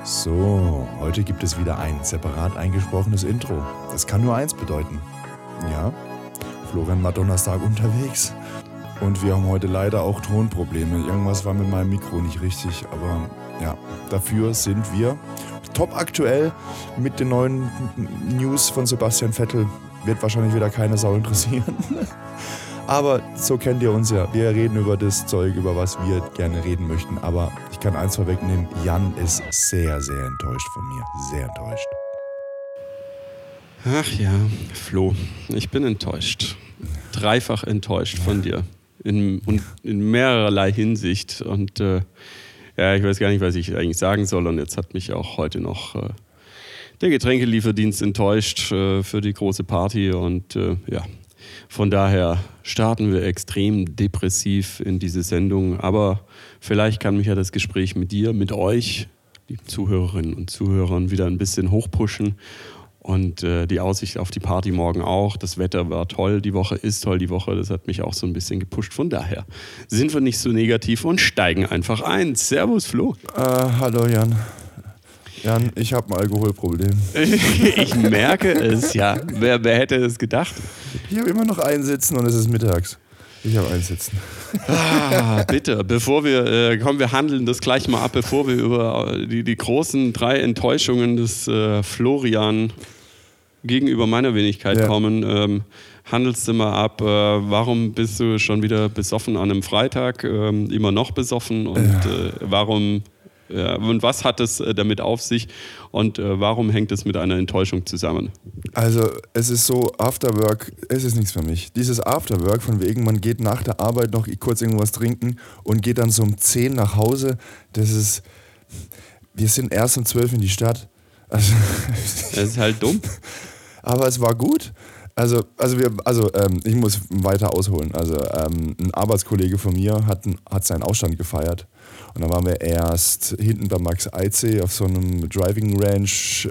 So, heute gibt es wieder ein separat eingesprochenes Intro. Das kann nur eins bedeuten. Ja, Florian war Donnerstag unterwegs. Und wir haben heute leider auch Tonprobleme. Irgendwas war mit meinem Mikro nicht richtig. Aber ja, dafür sind wir top aktuell mit den neuen News von Sebastian Vettel. Wird wahrscheinlich wieder keine Sau interessieren. Aber so kennt ihr uns ja. Wir reden über das Zeug, über was wir gerne reden möchten. Aber ich kann eins vorwegnehmen, Jan ist sehr, sehr enttäuscht von mir. Sehr enttäuscht. Ach ja, Flo, ich bin enttäuscht. Dreifach enttäuscht von dir. In mehrerlei Hinsicht. Und ich weiß gar nicht, was ich eigentlich sagen soll. Und jetzt hat mich auch heute noch der Getränkelieferdienst enttäuscht für die große Party. Und von daher starten wir extrem depressiv in diese Sendung. Aber vielleicht kann mich ja das Gespräch mit dir, mit euch, die Zuhörerinnen und Zuhörern, wieder ein bisschen hochpushen. Und die Aussicht auf die Party morgen auch. Das Wetter war toll, die Woche ist toll, die Woche. Das hat mich auch so ein bisschen gepusht. Von daher sind wir nicht so negativ und steigen einfach ein. Servus, Flo. Hallo, Jan. Jan, ich habe ein Alkoholproblem. Ich merke es, ja. Wer hätte es gedacht? Ich habe immer noch einen Sitzen und es ist mittags. Ich habe einen Sitzen. Bitte, bevor wir wir handeln das gleich mal ab, bevor wir über die großen 3 Enttäuschungen des Florian gegenüber meiner Wenigkeit kommen. Handelst du mal ab, warum bist du schon wieder besoffen an einem Freitag, immer noch besoffen und warum... Ja, und was hat es damit auf sich und warum hängt es mit einer Enttäuschung zusammen? Also es ist so, Afterwork, es ist nichts für mich. Dieses Afterwork von wegen, man geht nach der Arbeit noch kurz irgendwas trinken und geht dann so um 10 nach Hause, wir sind erst um 12 in die Stadt. Also, das ist halt dumm. Aber es war gut. Ich muss weiter ausholen. Also ein Arbeitskollege von mir hat seinen Ausstand gefeiert. Und dann waren wir erst hinten bei Max Eize auf so einem Driving Ranch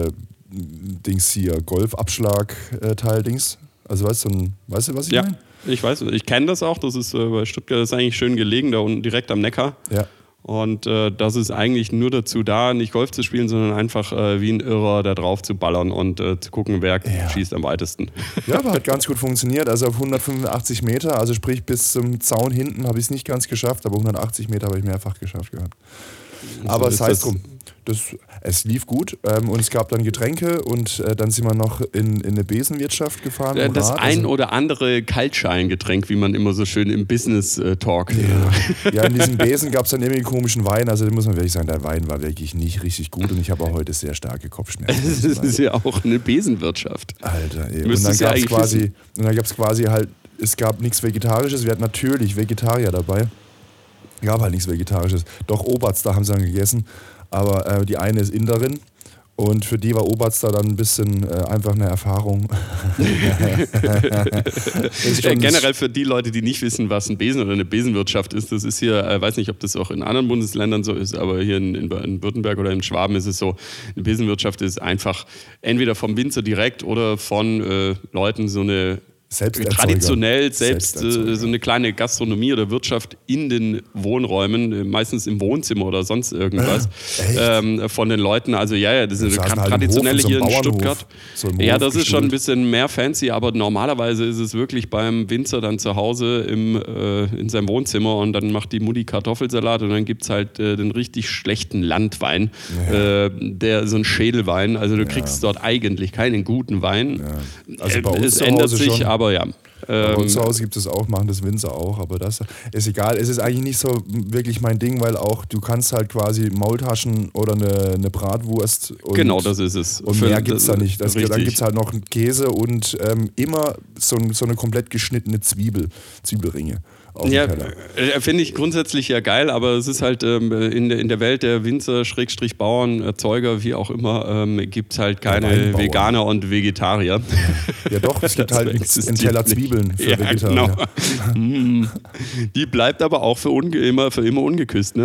Golfabschlag-Teil-Dings. Also weißt du, was ich meine? Ich weiß, ich kenne das auch. Das ist bei Stuttgart, das ist eigentlich schön gelegen, da unten direkt am Neckar. Ja. Und das ist eigentlich nur dazu da, nicht Golf zu spielen, sondern einfach wie ein Irrer da drauf zu ballern und zu gucken, wer schießt am weitesten. Ja, aber hat ganz gut funktioniert. Also auf 185 Meter, also sprich bis zum Zaun hinten habe ich es nicht ganz geschafft, aber 180 Meter habe ich mehrfach geschafft gehabt. Aber es heißt drum. Es lief gut und es gab dann Getränke und dann sind wir noch in eine Besenwirtschaft gefahren. Das ein oder andere Kaltscheingetränk, wie man immer so schön im Business-Talk. Ja, in diesem Besen gab es dann irgendwie komischen Wein. Also da muss man wirklich sagen, der Wein war wirklich nicht richtig gut und ich habe auch heute sehr starke Kopfschmerzen. Das ist ja auch eine Besenwirtschaft. Alter, ey. Und dann gab es quasi halt, es gab nichts Vegetarisches. Wir hatten natürlich Vegetarier dabei. Gab halt nichts Vegetarisches. Doch Oberster haben sie dann gegessen. Aber die eine ist Inderin und für die war Oberster dann ein bisschen einfach eine Erfahrung. Generell für die Leute, die nicht wissen, was ein Besen oder eine Besenwirtschaft ist, das ist hier, weiß nicht, ob das auch in anderen Bundesländern so ist, aber hier in Württemberg oder in Schwaben ist es so, eine Besenwirtschaft ist einfach entweder vom Winzer direkt oder von Leuten so eine traditionell selbst so eine kleine Gastronomie oder Wirtschaft in den Wohnräumen, meistens im Wohnzimmer oder sonst irgendwas von den Leuten. Also das ist eine traditionelle hier in Stuttgart. Das ist schon ein bisschen mehr fancy, aber normalerweise ist es wirklich beim Winzer dann zu Hause in seinem Wohnzimmer und dann macht die Mutti Kartoffelsalat und dann gibt es halt den richtig schlechten Landwein, so ein Schädelwein. Also du kriegst dort eigentlich keinen guten Wein. Ja. Also bei uns es ändert sich, schon. Aber ja. Bei uns zu Hause gibt es auch, machen das Winzer auch, aber das ist egal. Es ist eigentlich nicht so wirklich mein Ding, weil auch du kannst halt quasi Maultaschen oder eine Bratwurst. Genau, das ist es. Und mehr gibt es da nicht. Dann gibt es halt noch Käse und immer so eine komplett geschnittene Zwiebelringe. Ja, finde ich grundsätzlich ja geil, aber es ist halt in der Welt der Winzer, Bauern, Erzeuger, wie auch immer, gibt es halt keine Veganer und Vegetarier. Ja doch, es gibt halt einen Teller Zwiebeln für Vegetarier. Genau. Die bleibt aber auch für immer ungeküsst, ne?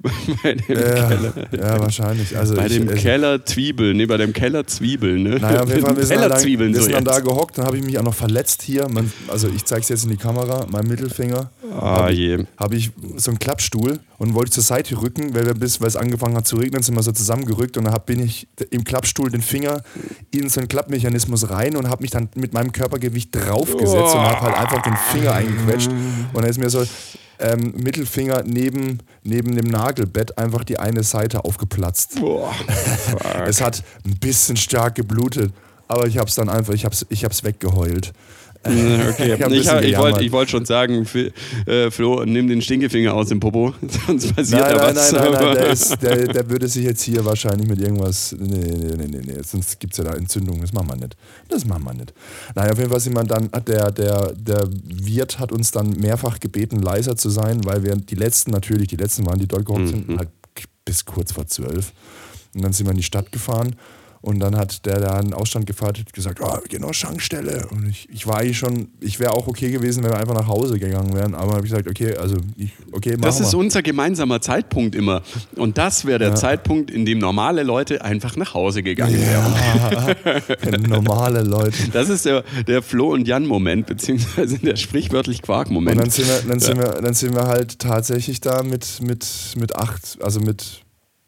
Bei dem Keller. Ja, wahrscheinlich. Also bei dem Keller Zwiebeln, bei dem Keller Zwiebeln, ne? Naja, auf jeden Fall, wir sind dann da jetzt. gehockt, dann habe ich mich auch noch verletzt hier. Also ich zeige es jetzt in die Kamera, mein Mittelfinger. Habe ich so einen Klappstuhl und wollte zur Seite rücken, weil es angefangen hat zu regnen, sind wir so zusammengerückt und dann bin ich im Klappstuhl den Finger in so einen Klappmechanismus rein und habe mich dann mit meinem Körpergewicht draufgesetzt und habe halt einfach den Finger eingequetscht und dann ist mir so Mittelfinger neben dem Nagelbett einfach die eine Seite aufgeplatzt. Boah, es hat ein bisschen stark geblutet, aber ich habe es dann einfach, ich hab's weggeheult. Okay. Ich wollte schon sagen, Flo, nimm den Stinkefinger aus dem Popo, sonst passiert was. Nein, der würde sich jetzt hier wahrscheinlich mit irgendwas, nee, sonst gibt es ja da Entzündungen, das machen wir nicht. Naja, auf jeden Fall sind wir dann, der Wirt hat uns dann mehrfach gebeten, leiser zu sein, weil wir die letzten waren, die dort gehockt sind, halt bis kurz vor 12. Und dann sind wir in die Stadt gefahren. Und dann hat der da einen Ausstand gefeiert und gesagt, wir gehen auf Schankstelle. Und ich wäre auch okay gewesen, wenn wir einfach nach Hause gegangen wären. Aber habe ich gesagt, machen wir. Das ist unser gemeinsamer Zeitpunkt immer. Und das wäre der Zeitpunkt, in dem normale Leute einfach nach Hause gegangen wären. Normale Leute. Das ist der Flo und Jan-Moment, beziehungsweise der sprichwörtlich Quark-Moment. Und dann sind wir halt tatsächlich da mit 8, also mit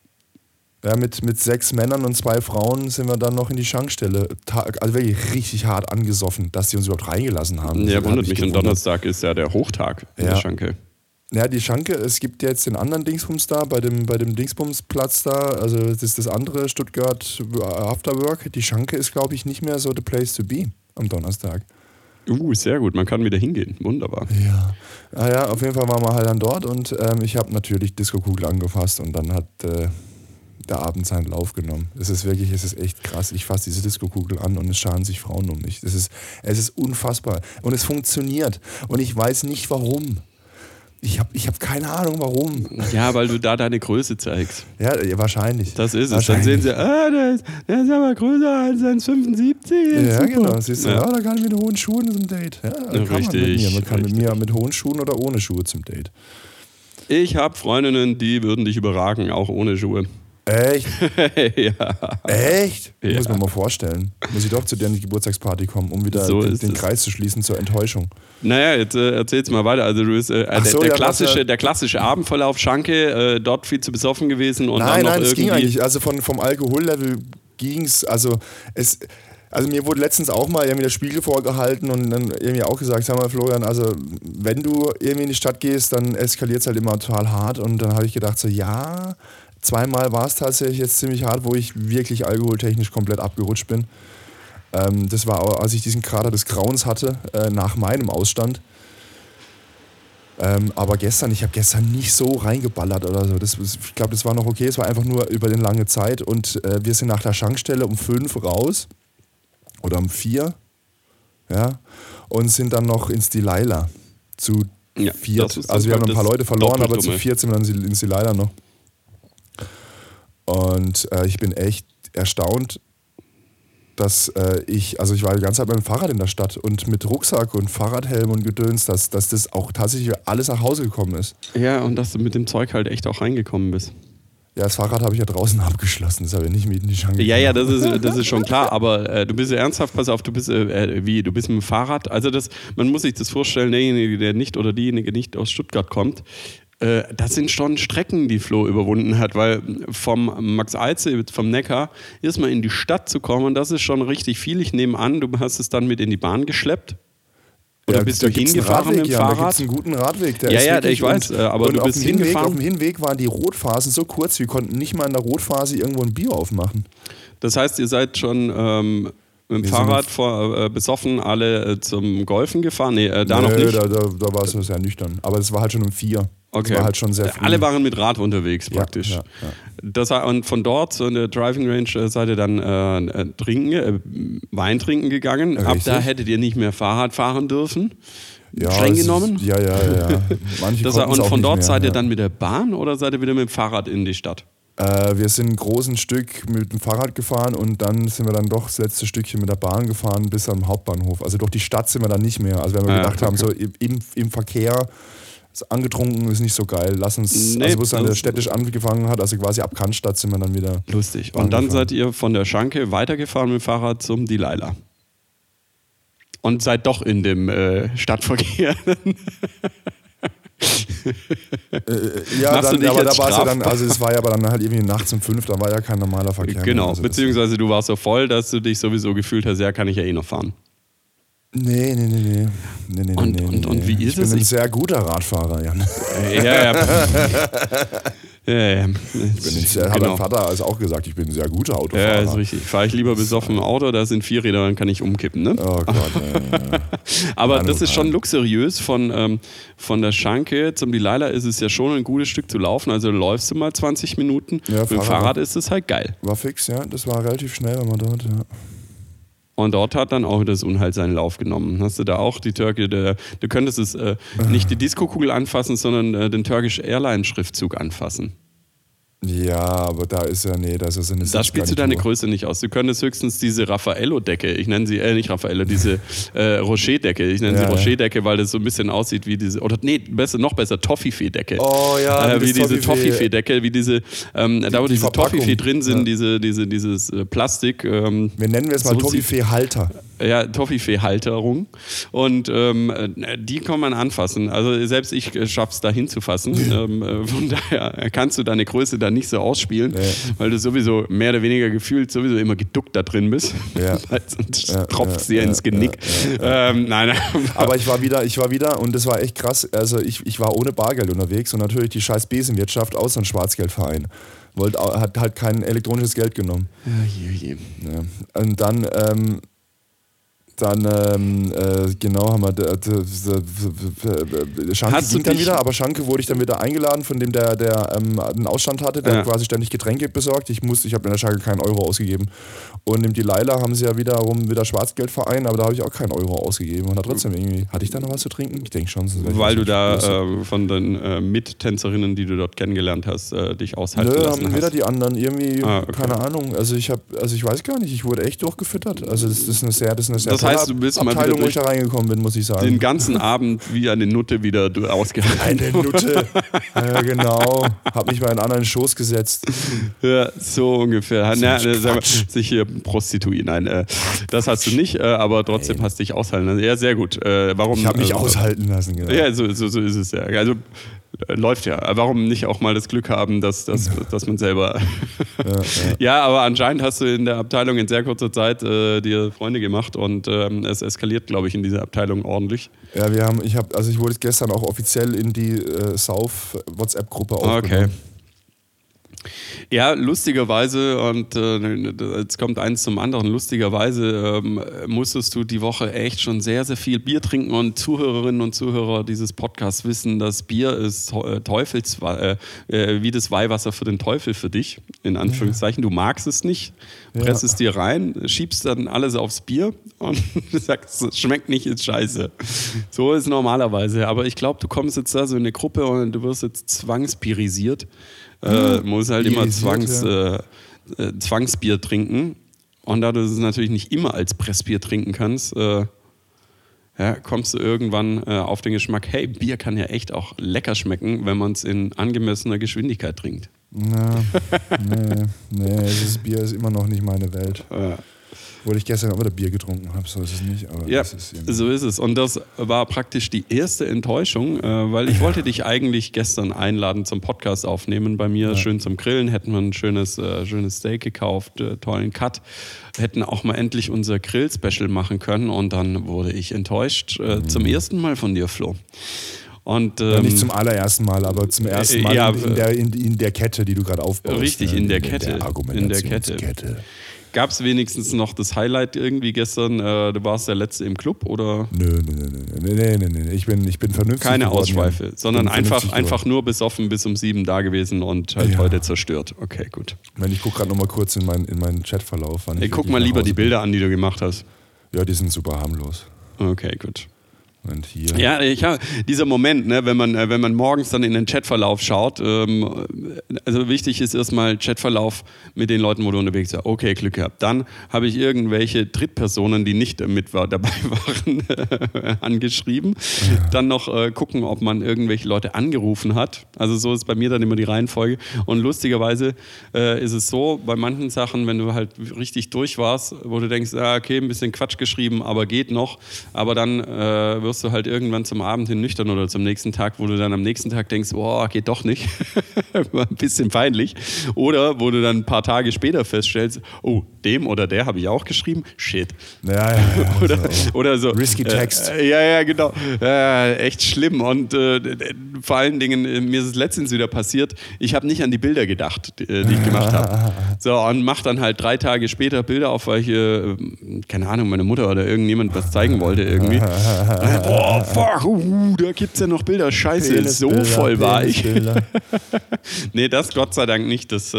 6 Männern und 2 Frauen sind wir dann noch in die Schankstelle. Also wirklich richtig hart angesoffen, dass die uns überhaupt reingelassen haben. Ja, wundert mich. Und Donnerstag ist ja der Hochtag in der Schanke. Ja, die Schanke, es gibt jetzt den anderen Dingsbums da, bei dem Dingsbumsplatz da, also das ist das andere Stuttgart Afterwork. Die Schanke ist, glaube ich, nicht mehr so the place to be am Donnerstag. Sehr gut, man kann wieder hingehen. Wunderbar. Ja. Naja, auf jeden Fall waren wir halt dann dort und ich habe natürlich Diskokugel angefasst und dann hat der Abend seinen Lauf genommen. Es ist echt krass. Ich fasse diese Diskokugel an und es scharen sich Frauen um mich. Es ist unfassbar. Und es funktioniert. Und ich weiß nicht warum. Ich hab keine Ahnung warum. Ja, weil du da deine Größe zeigst. Ja, wahrscheinlich. Das ist es. Dann sehen sie, der ist aber größer als 1,75. Ja, genau. Siehst du, da kann ich mit hohen Schuhen zum Date. Ja, man kann mit mir mit hohen Schuhen oder ohne Schuhe zum Date. Ich habe Freundinnen, die würden dich überragen, auch ohne Schuhe. Echt? Ja. Echt? Ja. Muss man mal vorstellen. Muss ich doch zu deren Geburtstagsparty kommen, um wieder den Kreis zu schließen zur Enttäuschung. Naja, jetzt erzähl's mal weiter. Also du bist der klassische Abendverlauf Schanke, dort viel zu besoffen gewesen und nein, dann noch es irgendwie... ging eigentlich. Also vom Alkohollevel ging's. Also mir wurde letztens auch mal irgendwie der Spiegel vorgehalten und dann irgendwie auch gesagt, sag mal Florian, also wenn du irgendwie in die Stadt gehst, dann eskaliert es halt immer total hart und dann habe ich gedacht so, ja... Zweimal war es tatsächlich jetzt ziemlich hart, wo ich wirklich alkoholtechnisch komplett abgerutscht bin. Das war auch, als ich diesen Krater des Grauens hatte, nach meinem Ausstand. Aber ich habe gestern nicht so reingeballert oder so. Ich glaube, das war noch okay. Es war einfach nur über den lange Zeit. Und wir sind nach der Schankstelle um 5 raus. Oder um 4. Ja. Und sind dann noch ins Delilah. Zu 4. Also wir haben ein paar Leute verloren, aber zu 4 sind wir dann ins Delilah noch. Und ich bin echt erstaunt, dass ich war die ganze Zeit mit dem Fahrrad in der Stadt und mit Rucksack und Fahrradhelm und Gedöns, dass das auch tatsächlich alles nach Hause gekommen ist. Ja, und dass du mit dem Zeug halt echt auch reingekommen bist. Ja, das Fahrrad habe ich ja draußen abgeschlossen, das habe ich nicht mit in die Schanke. Ja, das ist schon klar, aber du bist ja ernsthaft, pass auf, du bist mit dem Fahrrad, also man muss sich das vorstellen, derjenige, der nicht oder diejenige nicht aus Stuttgart kommt, das sind schon Strecken, die Flo überwunden hat, weil vom Max-Alze, vom Neckar, erstmal in die Stadt zu kommen, das ist schon richtig viel. Ich nehme an, du hast es dann mit in die Bahn geschleppt? Oder bist du hingefahren mit dem Fahrrad? Da gibt es einen guten Radweg. Ich weiß, aber du bist hingefahren. Auf dem Hinweg waren die Rotphasen so kurz, wir konnten nicht mal in der Rotphase irgendwo ein Bier aufmachen. Das heißt, ihr seid schon... mit dem Fahrrad besoffen alle zum Golfen gefahren? Nee, noch nicht. Da war es sehr nüchtern. Aber es war halt schon um 4. Okay. Das war halt schon sehr früh. Alle waren mit Rad unterwegs praktisch. Ja. Und von dort, so in der Driving Range, seid ihr dann Wein trinken gegangen. Richtig. Ab da hättet ihr nicht mehr Fahrrad fahren dürfen. Ja, streng genommen. Ja. Und von dort seid ihr dann mit der Bahn oder seid ihr wieder mit dem Fahrrad in die Stadt? Wir sind ein großes Stück mit dem Fahrrad gefahren und dann sind wir dann doch das letzte Stückchen mit der Bahn gefahren bis am Hauptbahnhof. Also durch die Stadt sind wir dann nicht mehr. Also wenn wir gedacht haben, so im Verkehr angetrunken, ist nicht so geil. Lass uns, Nee, also wo es dann städtisch angefangen hat, also quasi ab Cannstatt sind wir dann wieder. Lustig. Und dann seid ihr von der Schanke weitergefahren mit dem Fahrrad zum Delilah. Und seid doch in dem Stadtverkehr. Ja, Machst dann, du dich aber da jetzt war es ja dann, strafbar? also es war ja aber dann halt irgendwie nachts um 5, da war ja kein normaler Verkehr Genau, mehr. Also beziehungsweise du warst so voll, dass du dich sowieso gefühlt hast, ja, kann ich ja eh noch fahren. Nee. Und wie ist ich es? bin ein sehr guter Radfahrer, Jan. Ja. Hat mein Vater also auch gesagt, ich bin ein sehr guter Autofahrer. Ja, ist richtig. Fahre ich lieber besoffen im Auto, da sind 4 Räder, dann kann ich umkippen, ne? Oh Gott. Aber das ist schon luxuriös. Von der Schanke zum Delilah ist es ja schon ein gutes Stück zu laufen. Also läufst du mal 20 Minuten. Ja, mit dem Fahrrad ist es halt geil. War fix, ja. Das war relativ schnell, wenn man dort, ja. Und dort hat dann auch das Unheil seinen Lauf genommen. Hast du da auch die du könntest es nicht die Disco-Kugel anfassen, sondern den Turkish Airlines-Schriftzug anfassen. Ja, aber da ist ja, nee, da ist ja so eine Da spielst du deine Größe nicht aus. Du könntest höchstens diese Raffaello-Decke, ich nenne sie, nicht Raffaello, diese Rocher-Decke, ich nenne sie Rocher-Decke, weil das so ein bisschen aussieht wie diese, oder nee, noch besser, Toffifee-Decke. Oh ja, wie diese Toffifee-Decke, wie diese, da wo diese Verpackung. Toffifee drin sind, dieses Plastik. Wir nennen wir es mal so Toffifee-Halter. Ja, Toffifee-Halterung. Und die kann man anfassen. Also selbst ich schaff's da hinzufassen. Von daher kannst du deine Größe da nicht so ausspielen, weil du sowieso mehr oder weniger gefühlt sowieso immer geduckt da drin bist. Ja. Sonst tropft dir ins Genick. Nein. Aber ich war wieder und das war echt krass. Also ich war ohne Bargeld unterwegs und natürlich die scheiß Besenwirtschaft aus so einem Schwarzgeldverein. Hat halt kein elektronisches Geld genommen. Ja. Und dann genau, haben wir Schanke ging dann wieder, aber Schanke wurde ich dann wieder eingeladen, von dem der einen Ausstand hatte, der quasi ständig Getränke besorgt. Ich habe in der Schanke keinen Euro ausgegeben. Und im Delilah haben sie ja wieder Schwarzgeldverein, aber da habe ich auch keinen Euro ausgegeben. Und da trotzdem irgendwie, hatte ich da noch was zu trinken? Ich denke schon. Weil du da von den Mittänzerinnen, die du dort kennengelernt hast, dich aushalten lassen hast. Haben wieder die anderen irgendwie, keine Ahnung. Also ich weiß gar nicht, ich wurde echt durchgefüttert. Also das ist eine sehr das heißt, du bist mal Abteilung, wieder wo ich da reingekommen bin, muss ich sagen. Den ganzen Abend wie eine Nutte wieder ausgehalten. Eine Nutte. Ja, genau. Hab mich mal in einen anderen Schoß gesetzt. Ja, so ungefähr. Sich hier prostituieren. Nein, das hast du nicht, aber trotzdem hast du dich aushalten lassen. Ja, sehr gut. Warum? Ich habe mich aushalten lassen, genau. Ja, so ist es ja. Also läuft ja. Warum nicht auch mal das Glück haben, dass man selber. Ja, aber anscheinend hast du in der Abteilung in sehr kurzer Zeit dir Freunde gemacht und es eskaliert, glaube ich, in dieser Abteilung ordentlich. Ja, ich wurde gestern auch offiziell in die Sauf-WhatsApp-Gruppe aufgenommen. Okay. Ja, lustigerweise, und jetzt kommt eins zum anderen, lustigerweise musstest du die Woche echt schon sehr, sehr viel Bier trinken und Zuhörerinnen und Zuhörer dieses Podcasts wissen, dass Bier ist wie das Weihwasser für den Teufel für dich, in Anführungszeichen. Du magst es nicht, presst es dir rein, schiebst dann alles aufs Bier und sagst, es schmeckt nicht, ist scheiße. So ist es normalerweise, aber ich glaube, du kommst jetzt da so in eine Gruppe und du wirst jetzt zwangspirisiert. Muss halt immer Zwangsbier trinken. Und da du es natürlich nicht immer als Pressbier trinken kannst, kommst du irgendwann auf den Geschmack, hey, Bier kann ja echt auch lecker schmecken, wenn man es in angemessener Geschwindigkeit trinkt. Bier ist immer noch nicht meine Welt. Obwohl ich gestern auch wieder Bier getrunken habe, so ist es nicht. Aber ja, so ist es. Und das war praktisch die erste Enttäuschung, weil ich wollte dich eigentlich gestern einladen zum Podcast aufnehmen bei mir, schön zum Grillen, hätten wir ein schönes Steak gekauft, tollen Cut, hätten auch mal endlich unser Grill-Special machen können und dann wurde ich enttäuscht, zum ersten Mal von dir, Flo. Und, nicht zum allerersten Mal, aber zum ersten Mal in der Kette, die du gerade aufbaust. Richtig, in der Kette. In der Kette. Gab es wenigstens noch das Highlight irgendwie gestern? Du warst der Letzte im Club, oder? Nö. Ich bin vernünftig. Keine Ausschweife, sondern einfach nur besoffen bis um 7 da gewesen und halt heute zerstört. Okay, gut. Ich gucke gerade noch mal kurz in meinen Chatverlauf. Guck mal lieber die Bilder an, die du gemacht hast. Ja, die sind super harmlos. Okay, gut. Und hier. Ja, dieser Moment, ne, wenn man morgens dann in den Chatverlauf schaut, also wichtig ist erstmal Chatverlauf mit den Leuten, wo du unterwegs bist. Okay, Glück gehabt. Dann habe ich irgendwelche Drittpersonen, die nicht dabei waren, angeschrieben. Ja. Dann noch gucken, ob man irgendwelche Leute angerufen hat. Also so ist bei mir dann immer die Reihenfolge. Und lustigerweise ist es so, bei manchen Sachen, wenn du halt richtig durch warst, wo du denkst, okay, ein bisschen Quatsch geschrieben, aber geht noch. Aber dann wirst du halt irgendwann zum Abend hin nüchtern oder zum nächsten Tag, wo du dann am nächsten Tag denkst, boah, geht doch nicht. Ein bisschen peinlich. Oder wo du dann ein paar Tage später feststellst, oh, dem oder der habe ich auch geschrieben. Shit. Ja, oder so. Risky Text. Ja, genau. Echt schlimm. Und vor allen Dingen, mir ist es letztens wieder passiert, ich habe nicht an die Bilder gedacht, die ich gemacht habe. So, und mache dann halt 3 Tage später Bilder auf, weil ich, keine Ahnung, meine Mutter oder irgendjemand was zeigen wollte irgendwie. Boah, fuck, da gibt's ja noch Bilder. Scheiße, Penisbilder, so voll war ich. Nee, das Gott sei Dank nicht. Das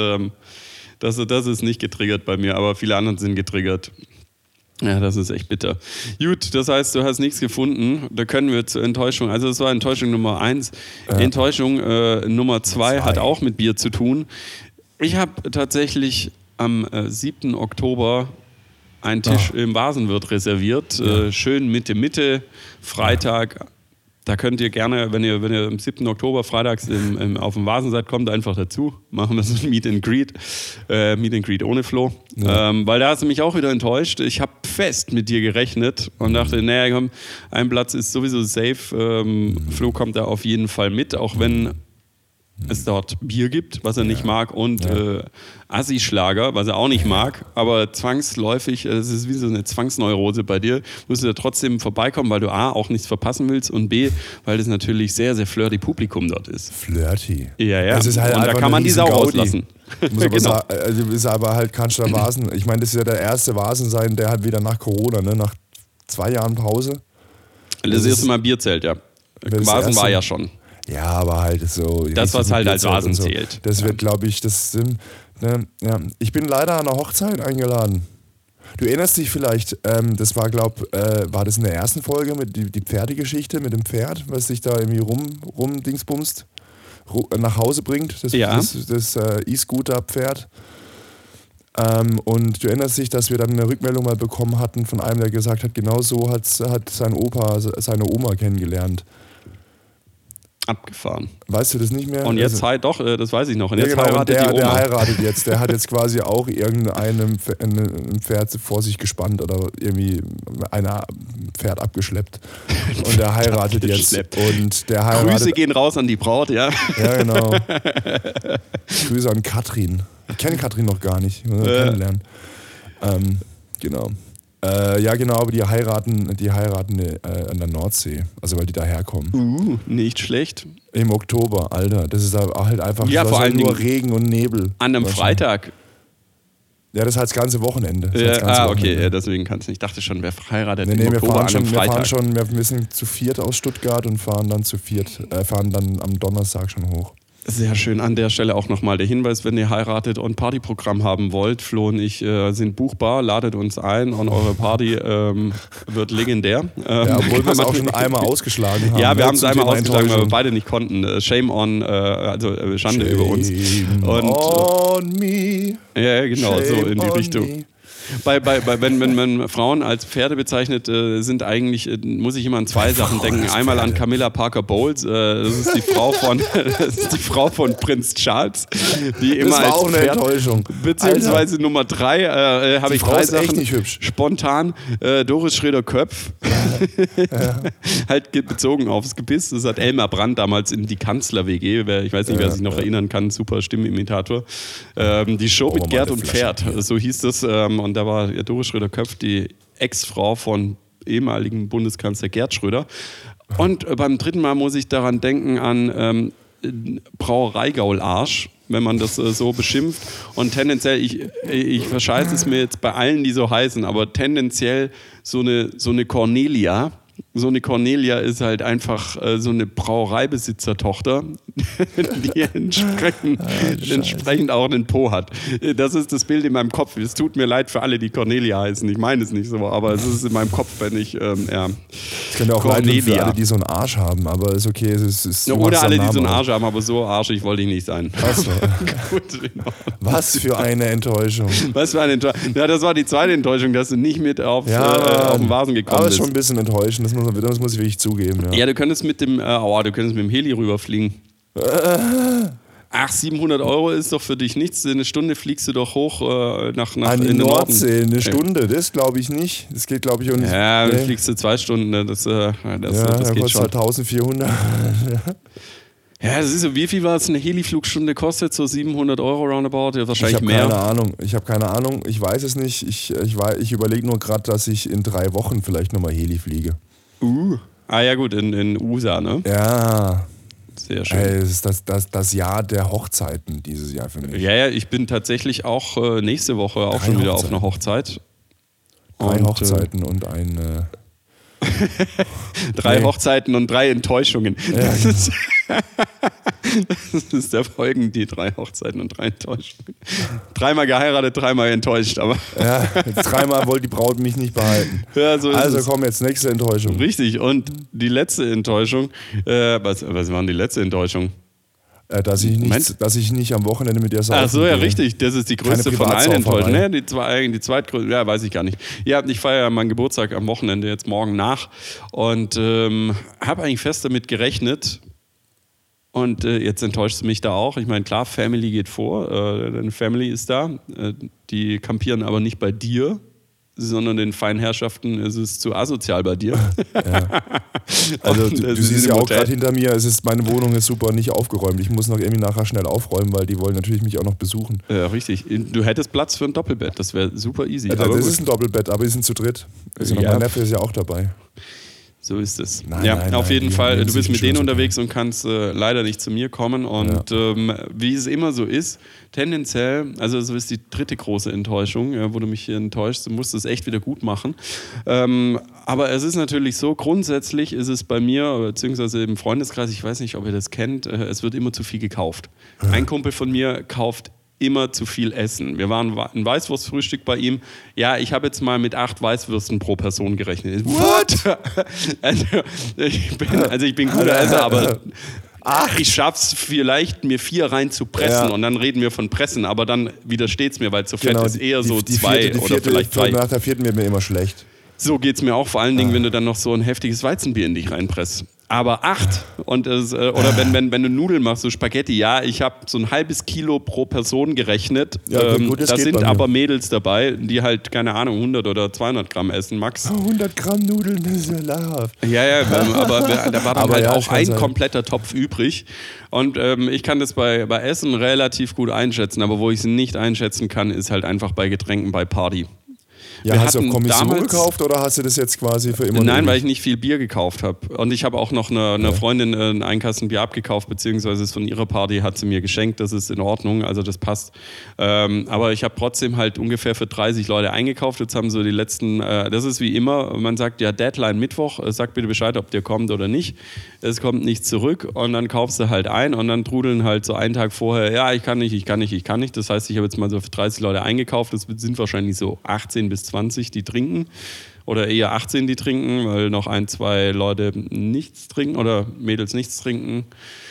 ist nicht getriggert bei mir, aber viele anderen sind getriggert. Ja, das ist echt bitter. Gut, das heißt, du hast nichts gefunden. Da können wir zur Enttäuschung. Also das war Enttäuschung Nummer 1. Enttäuschung Nummer 2 hat auch mit Bier zu tun. Ich habe tatsächlich am 7. Oktober einen Tisch im Vasenwirt reserviert. Schön Mitte, Freitag. Da könnt ihr gerne, wenn ihr am 7. Oktober freitags auf dem Vasen seid, kommt einfach dazu. Machen wir so ein Meet and Greet ohne Flo. Ja. Weil da hast du mich auch wieder enttäuscht. Ich habe fest mit dir gerechnet und dachte, naja, komm, ein Platz ist sowieso safe. Flo kommt da auf jeden Fall mit, auch wenn es dort Bier gibt, was er nicht mag, und Assi-Schlager, was er auch nicht mag, aber zwangsläufig, das ist wie so eine Zwangsneurose bei dir, musst du da trotzdem vorbeikommen, weil du A, auch nichts verpassen willst und B, weil das natürlich sehr, sehr flirty Publikum dort ist. Flirty? Ja. Es ist halt und da kann man die Sau rauslassen. Genau. Ist aber halt kein Vasen. Ich meine, das ist ja der erste Vasen sein, der halt wieder nach Corona, ne? Nach 2 Jahren Pause. Das erste Mal Bierzelt, ja. Vasen war ja schon. Ja, aber halt so. Das, was halt als Vasen zählt. Das wird, glaube ich, das sind. Ne, ja. Ich bin leider an einer Hochzeit eingeladen. Du erinnerst dich vielleicht, das war, war das in der ersten Folge mit die Pferdegeschichte mit dem Pferd, was sich da irgendwie rumdingsbumst, nach Hause bringt, das E-Scooter-Pferd. Und du erinnerst dich, dass wir dann eine Rückmeldung mal bekommen hatten von einem, der gesagt hat, genau so hat sein Opa seine Oma kennengelernt. Abgefahren. Weißt du das nicht mehr? Und jetzt das weiß ich noch. Und ja, jetzt genau, heiratet die Oma. Der heiratet jetzt. Der hat jetzt quasi auch irgendeinem Pferd vor sich gespannt oder irgendwie ein Pferd abgeschleppt. Und der heiratet jetzt. Und der heiratet. Grüße gehen raus an die Braut, ja. Ja, genau. Grüße an Katrin. Ich kenne Katrin noch gar nicht. Ich muss kennenlernen. Genau. Ja, genau, aber die heiraten an der Nordsee, also weil die daherkommen. Nicht schlecht. Im Oktober, Alter, das ist halt einfach vor allem nur Regen und Nebel. An einem Freitag. Ja, das ist halt das ganze Wochenende. Okay, deswegen kannst du nicht. Ich dachte schon, wer heiratet im Oktober an einem Freitag. Wir sind zu 4 aus Stuttgart und fahren dann am Donnerstag schon hoch. Sehr schön. An der Stelle auch nochmal der Hinweis, wenn ihr heiratet und Partyprogramm haben wollt. Flo und ich sind buchbar, ladet uns ein und eure Party wird legendär. Obwohl wir es auch schon einmal ausgeschlagen haben. Ja, wir haben es einmal ausgeschlagen, weil wir beide nicht konnten. Shame on, also Schande über uns. On me. Ja, genau, Shame so in die Richtung. Me. Wenn man Frauen als Pferde bezeichnet, sind eigentlich, muss ich immer an 2 Sachen denken. Einmal an Camilla Parker Bowles, das ist die Frau von Prinz Charles, die immer das war als auch eine Pferd, Enttäuschung. Beziehungsweise Alter. Nummer 3 habe ich 3 Sachen. Echt nicht hübsch. Spontan Doris Schröder-Köpf, halt bezogen aufs Gebiss. Das hat Elmar Brandt damals in die Kanzler-WG, ich weiß nicht, wer sich noch erinnern kann, super Stimmenimitator. Die Show mit Gerd und Pferd, so hieß das. Und da war Doris Schröder-Köpf die Ex-Frau von ehemaligen Bundeskanzler Gerd Schröder. Und beim 3. Mal muss ich daran denken an Brauereigaul-Arsch, wenn man das so beschimpft. Und tendenziell, ich verscheiße es mir jetzt bei allen, die so heißen, aber tendenziell so eine Cornelia, so eine Cornelia ist halt einfach so eine Brauereibesitzertochter, die entsprechend auch einen Po hat. Das ist das Bild in meinem Kopf. Es tut mir leid für alle, die Cornelia heißen. Ich meine es nicht so, aber es ist in meinem Kopf, wenn ich, Es könnte auch leid tun für alle, die so einen Arsch haben, aber ist okay. Oder alle, die so einen Arsch haben, aber so arschig wollte ich nicht sein. Achso. Gut, Was für eine Enttäuschung. Was für eine Enttäuschung. Ja, das war die zweite Enttäuschung, dass du nicht mit auf den Vasen gekommen bist. Aber ist schon ein bisschen enttäuschend, das muss ich wirklich zugeben. Ja, du könntest mit dem Heli rüberfliegen. Ach, 700 € ist doch für dich nichts. In eine Stunde fliegst du doch hoch nach an die in den Nordsee. Eine Stunde, das glaube ich nicht. Das geht, glaube ich, Ja, dann fliegst du 2 Stunden. Ne? Das geht schon. Halt 1400. Ja, das ist so, wie viel war es eine Heliflugstunde kostet? So 700 € roundabout? Ja, wahrscheinlich mehr. Ich habe keine Ahnung. Ich weiß es nicht. Ich überlege nur gerade, dass ich in 3 Wochen vielleicht nochmal Heli fliege. Ah ja gut, in USA, ne? Ja. Sehr schön. Es ist das Jahr der Hochzeiten dieses Jahr für mich. Ja, ich bin tatsächlich auch nächste Woche auch schon wieder auf einer Hochzeit. 3 Hochzeiten und ein... 3 Hochzeiten und 3 Enttäuschungen. Ja. Das ist der Folgen, die 3 Hochzeiten und 3 Enttäuschungen. 3-mal geheiratet, 3-mal enttäuscht. Aber ja, 3-mal wollte die Braut mich nicht behalten. Ja, so also komm, jetzt nächste Enttäuschung. Richtig, und die letzte Enttäuschung, was war die letzte Enttäuschung? Dass ich nicht am Wochenende mit dir saufen Ach so, ja, gehe. richtig. Das ist die größte von allen Enttäuschungen. Die zweitgrößte, ja, weiß ich gar nicht. Ja, ich feiere ja meinen Geburtstag am Wochenende jetzt morgen nach und habe eigentlich fest damit gerechnet. Und jetzt enttäuscht du mich da auch. Ich meine, klar, Family geht vor. Deine Family ist da. Die kampieren aber nicht bei dir, sondern den Feinherrschaften ist es zu asozial bei dir. Ja. Also du siehst ja auch gerade hinter mir, meine Wohnung ist super nicht aufgeräumt. Ich muss noch irgendwie nachher schnell aufräumen, weil die wollen natürlich mich auch noch besuchen. Ja, richtig. Du hättest Platz für ein Doppelbett, das wäre super easy. Ja, das ist ein Doppelbett, aber wir sind zu dritt. Mein Neffe ist ja auch dabei. So ist es. Nein, auf jeden Fall. Du bist mit denen unterwegs okay. und kannst leider nicht zu mir kommen. Und wie es immer so ist, tendenziell, also so ist die dritte große Enttäuschung, wo du mich hier enttäuschst, du musst es echt wieder gut machen. Aber es ist natürlich so, grundsätzlich ist es bei mir, beziehungsweise im Freundeskreis, ich weiß nicht, ob ihr das kennt, es wird immer zu viel gekauft. Ein Kumpel von mir kauft immer zu viel essen. Wir waren ein Weißwurstfrühstück bei ihm. Ja, ich habe jetzt mal mit 8 Weißwürsten pro Person gerechnet. What? Also ich bin guter Esser, aber ich schaff's vielleicht, mir 4 reinzupressen und dann reden wir von Pressen, aber dann widersteht's mir, weil zu fett ist eher so 2 oder vielleicht 3. Nach der 4. wird mir immer schlecht. So geht's mir auch, vor allen Dingen, wenn du dann noch so ein heftiges Weizenbier in dich reinpresst. Aber 8 und oder wenn du Nudeln machst, so Spaghetti, ja, ich habe so ein halbes Kilo pro Person gerechnet. Ja, gut, da sind aber Mädels dabei, die halt, keine Ahnung, 100 oder 200 Gramm essen, max. 100 Gramm Nudeln, das ist ja lachhaft. Ja, aber da war dann halt auch ein kompletter Topf übrig. Und ich kann das bei Essen relativ gut einschätzen, aber wo ich es nicht einschätzen kann, ist halt einfach bei Getränken bei Party. Ja, hast du auf Kommission gekauft oder hast du das jetzt quasi für immer? Nein, weil ich nicht viel Bier gekauft habe. Und ich habe auch noch einer Freundin einen Kasten Bier abgekauft, beziehungsweise es von ihrer Party hat sie mir geschenkt. Das ist in Ordnung, also das passt. Aber ich habe trotzdem halt ungefähr für 30 Leute eingekauft. Jetzt haben so die letzten, das ist wie immer, man sagt ja Deadline Mittwoch, sagt bitte Bescheid, ob der kommt oder nicht. Es kommt nicht zurück und dann kaufst du halt ein und dann trudeln halt so einen Tag vorher, ja, ich kann nicht. Das heißt, ich habe jetzt mal so für 30 Leute eingekauft. Das sind wahrscheinlich so 18 bis 20, die trinken. Oder eher 18, die trinken, weil noch 1, 2 Leute nichts trinken oder Mädels nichts trinken.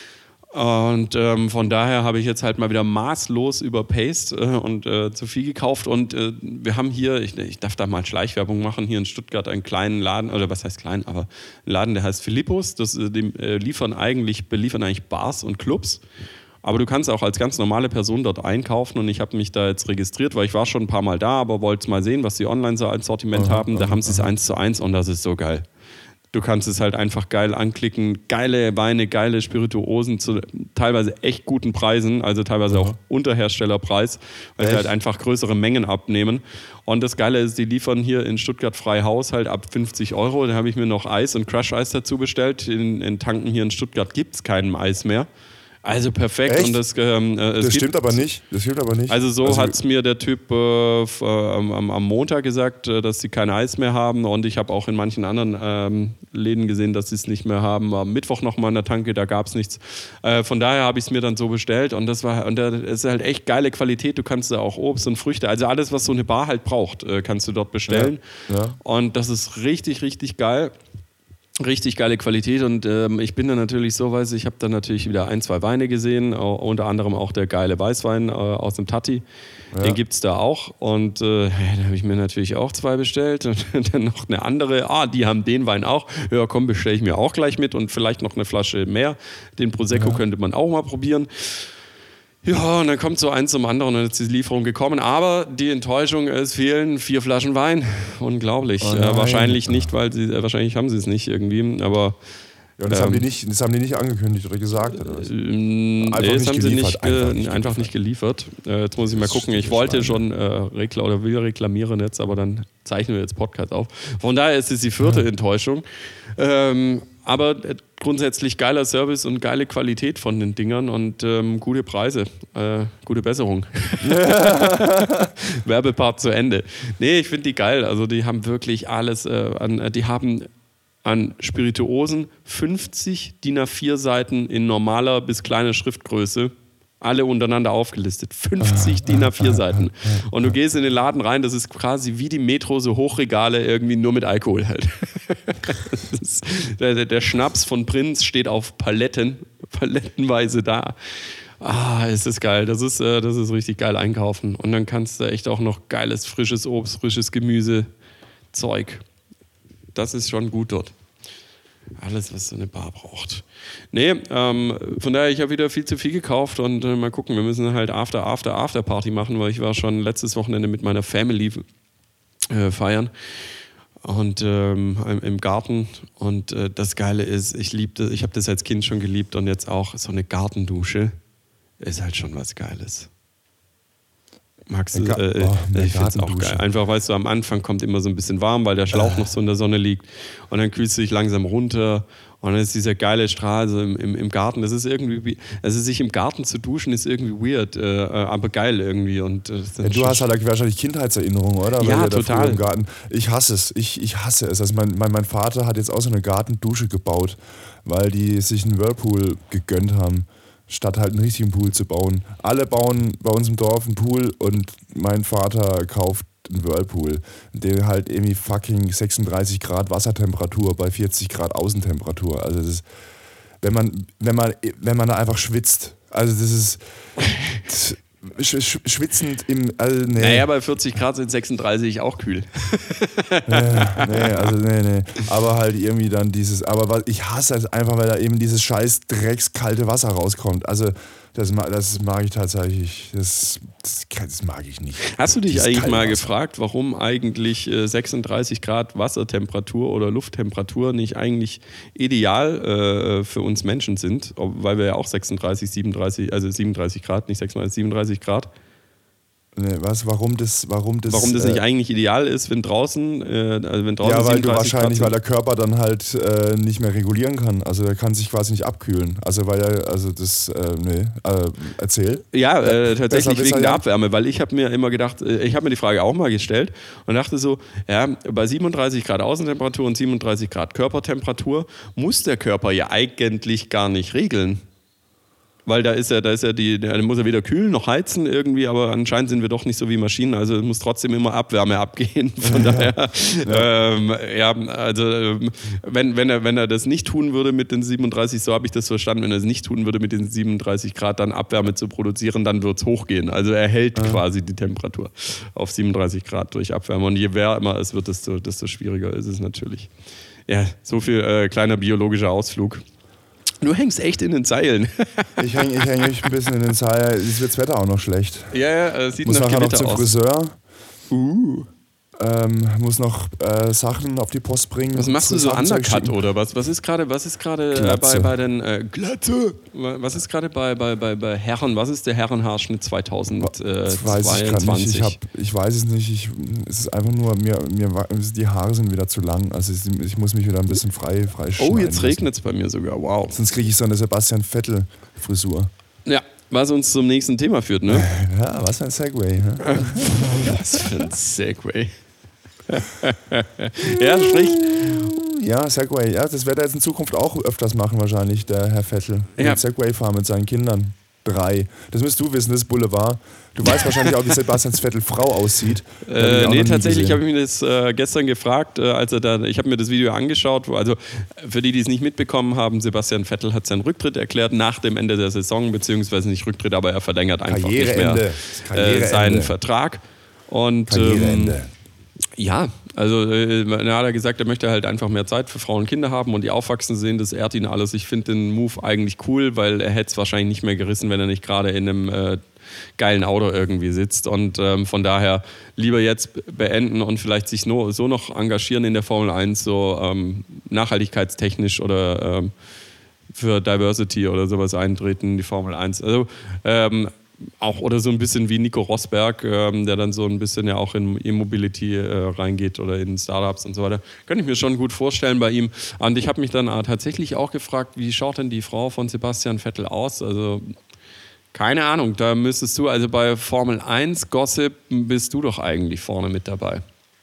Und von daher habe ich jetzt halt mal wieder maßlos überpaced und zu viel gekauft. Und wir haben hier, ich darf da mal Schleichwerbung machen, hier in Stuttgart einen kleinen Laden, oder was heißt klein, aber ein Laden, der heißt Philippus. Die beliefern eigentlich Bars und Clubs. Aber du kannst auch als ganz normale Person dort einkaufen und ich habe mich da jetzt registriert, weil ich war schon ein paar Mal da, aber wollte mal sehen, was die online so als Sortiment haben. Da haben sie es 1:1 und das ist so geil. Du kannst es halt einfach geil anklicken. Geile Weine, geile Spirituosen zu teilweise echt guten Preisen, also teilweise auch unter Herstellerpreis, weil sie halt einfach größere Mengen abnehmen. Und das Geile ist, die liefern hier in Stuttgart frei Haus halt ab 50 €. Da habe ich mir noch Eis und Crush-Eis dazu bestellt. In Tanken hier in Stuttgart gibt es keinen Eis mehr. Also perfekt. Echt? Und das stimmt aber nicht. Das stimmt aber nicht. Also hat es mir der Typ am Montag gesagt, dass sie kein Eis mehr haben, und ich habe auch in manchen anderen Läden gesehen, dass sie es nicht mehr haben. Am Mittwoch nochmal in der Tanke, da gab es nichts. Von daher habe ich es mir dann so bestellt, und das ist halt echt geile Qualität. Du kannst da auch Obst und Früchte, also alles, was so eine Bar halt braucht, kannst du dort bestellen. Ja. Und das ist richtig, richtig geil. Richtig geile Qualität, und ich bin da natürlich so, ich habe da natürlich wieder 1, 2 Weine gesehen, unter anderem auch der geile Weißwein aus dem Tatti, den gibt es da auch, und da habe ich mir natürlich auch 2 bestellt und dann noch eine andere, die haben den Wein auch, ja komm, bestelle ich mir auch gleich mit, und vielleicht noch eine Flasche mehr, den Prosecco könnte man auch mal probieren. Ja, und dann kommt so eins zum anderen, und jetzt ist die Lieferung gekommen. Aber die Enttäuschung, es fehlen 4 Flaschen Wein. Unglaublich. Wahrscheinlich nicht, weil wahrscheinlich haben sie es nicht irgendwie. Aber ja, das haben die nicht angekündigt oder gesagt. Oder was? Das haben sie einfach nicht geliefert. Jetzt muss ich mal gucken. Ich wollte schon will reklamieren jetzt, aber dann zeichnen wir jetzt Podcast auf. Von daher ist es die 4. Enttäuschung. Aber grundsätzlich geiler Service und geile Qualität von den Dingern und gute Preise, gute Besserung. Werbepart zu Ende. Nee, ich finde die geil. Also die haben wirklich alles die haben an Spirituosen 50 DIN A4 Seiten in normaler bis kleiner Schriftgröße. Alle untereinander aufgelistet. 50 DIN A4 Seiten. Und du gehst in den Laden rein, das ist quasi wie die Metro, so Hochregale, irgendwie nur mit Alkohol halt. Der Schnaps von Prinz steht auf palettenweise da. Ist das geil. Das ist richtig geil einkaufen. Und dann kannst du echt auch noch geiles, frisches Obst, frisches Gemüse, Zeug. Das ist schon gut dort. Alles, was so eine Bar braucht. Nee, von daher, ich habe wieder viel zu viel gekauft, und mal gucken, wir müssen halt After Party machen, weil ich war schon letztes Wochenende mit meiner Family feiern und im Garten, und das Geile ist, ich habe das als Kind schon geliebt, und jetzt auch so eine Gartendusche ist halt schon was Geiles. Magst du? Ich finde es auch geil. Einfach, weißt du, am Anfang kommt immer so ein bisschen warm, weil der Schlauch noch so in der Sonne liegt, und dann kühlst du dich langsam runter, und dann ist dieser geile Strahl so im Garten. Das ist irgendwie, also sich im Garten zu duschen ist irgendwie weird, aber geil irgendwie. Und, du hast halt wahrscheinlich Kindheitserinnerungen, oder? Ja, total. Im Garten. Ich hasse es. Ich hasse es. Also mein Vater hat jetzt auch so eine Gartendusche gebaut, weil die sich einen Whirlpool gegönnt haben, statt halt einen richtigen Pool zu bauen. Alle bauen bei uns im Dorf einen Pool, und mein Vater kauft einen Whirlpool, der halt irgendwie fucking 36 Grad Wassertemperatur bei 40 Grad Außentemperatur. Also das ist, wenn man da einfach schwitzt. Also das ist schwitzend im... Also nee. Naja, bei 40 Grad sind 36 auch kühl. Nee. Aber halt irgendwie dann dieses... Aber ich hasse es einfach, weil da eben dieses scheiß dreckskalte Wasser rauskommt. Also das mag ich tatsächlich... Das mag ich nicht. Hast du dich eigentlich mal gefragt, warum eigentlich 36 Grad Wassertemperatur oder Lufttemperatur nicht eigentlich ideal für uns Menschen sind? Weil wir ja auch 37 Grad, nicht 36, 37 Grad. Nee, warum das nicht eigentlich ideal ist, wenn draußen ja, weil weil der Körper dann halt nicht mehr regulieren kann. Also der kann sich quasi nicht abkühlen. Also erzähl. Ja, tatsächlich wegen der Abwärme, weil ich habe mir immer gedacht, ich habe mir die Frage auch mal gestellt und dachte so, ja, bei 37 Grad Außentemperatur und 37 Grad Körpertemperatur muss der Körper ja eigentlich gar nicht regeln. Weil da muss er weder kühlen noch heizen irgendwie, aber anscheinend sind wir doch nicht so wie Maschinen, also es muss trotzdem immer Abwärme abgehen. Von daher, wenn er das nicht tun würde mit den 37, so habe ich das verstanden, wenn er es nicht tun würde mit den 37 Grad, dann Abwärme zu produzieren, dann wird es hochgehen. Also er hält quasi die Temperatur auf 37 Grad durch Abwärme, und je wärmer es wird, desto schwieriger ist es natürlich. Ja, so viel kleiner biologischer Ausflug. Du hängst echt in den Seilen. Ich häng echt ein bisschen in den Seilen. Es wird das Wetter auch noch schlecht. Ja, sieht nach Gewitter aus. Muss nachher noch zum Friseur. muss noch Sachen auf die Post bringen. Was machst du so Undercut oder was? Was ist gerade bei den Glatze? Was ist gerade bei Herren? Was ist der Herrenhaarschnitt 2022? Weiß ich gerade nicht. Ich weiß es nicht. Es ist einfach nur, die Haare sind wieder zu lang. Also ich muss mich wieder ein bisschen frei Oh, jetzt regnet es bei mir sogar. Wow. Sonst kriege ich so eine Sebastian Vettel-Frisur. Ja. Was uns zum nächsten Thema führt, ne? Ja, was für ein Segway. Ne? Was für ein Segway. Ja, sprich. Ja, Segway. Ja, das wird er jetzt in Zukunft auch öfters machen wahrscheinlich, der Herr Vettel. Ja. Segway fahren mit seinen Kindern. 3. Das müsst du wissen, das ist Boulevard. Du weißt wahrscheinlich auch, wie Sebastian Vettel Frau aussieht. Nee, tatsächlich habe ich mir das gestern gefragt, ich habe mir das Video angeschaut, also für die es nicht mitbekommen haben, Sebastian Vettel hat seinen Rücktritt erklärt nach dem Ende der Saison, beziehungsweise nicht Rücktritt, aber er verlängert einfach nicht mehr seinen Vertrag. Und ja, also er hat gesagt, er möchte halt einfach mehr Zeit für Frauen und Kinder haben und die aufwachsen sehen, das ehrt ihn alles. Ich finde den Move eigentlich cool, weil er hätte es wahrscheinlich nicht mehr gerissen, wenn er nicht gerade in einem geilen Auto irgendwie sitzt. Und von daher lieber jetzt beenden und vielleicht sich so noch engagieren in der Formel 1, so nachhaltigkeitstechnisch oder für Diversity oder sowas eintreten, die Formel 1. Also auch oder so ein bisschen wie Nico Rosberg, der dann so ein bisschen ja auch in E-Mobility reingeht oder in Startups und so weiter. Könnte ich mir schon gut vorstellen bei ihm. Und ich habe mich dann tatsächlich auch gefragt, wie schaut denn die Frau von Sebastian Vettel aus? Also keine Ahnung, da müsstest du, also bei Formel 1 Gossip bist du doch eigentlich vorne mit dabei.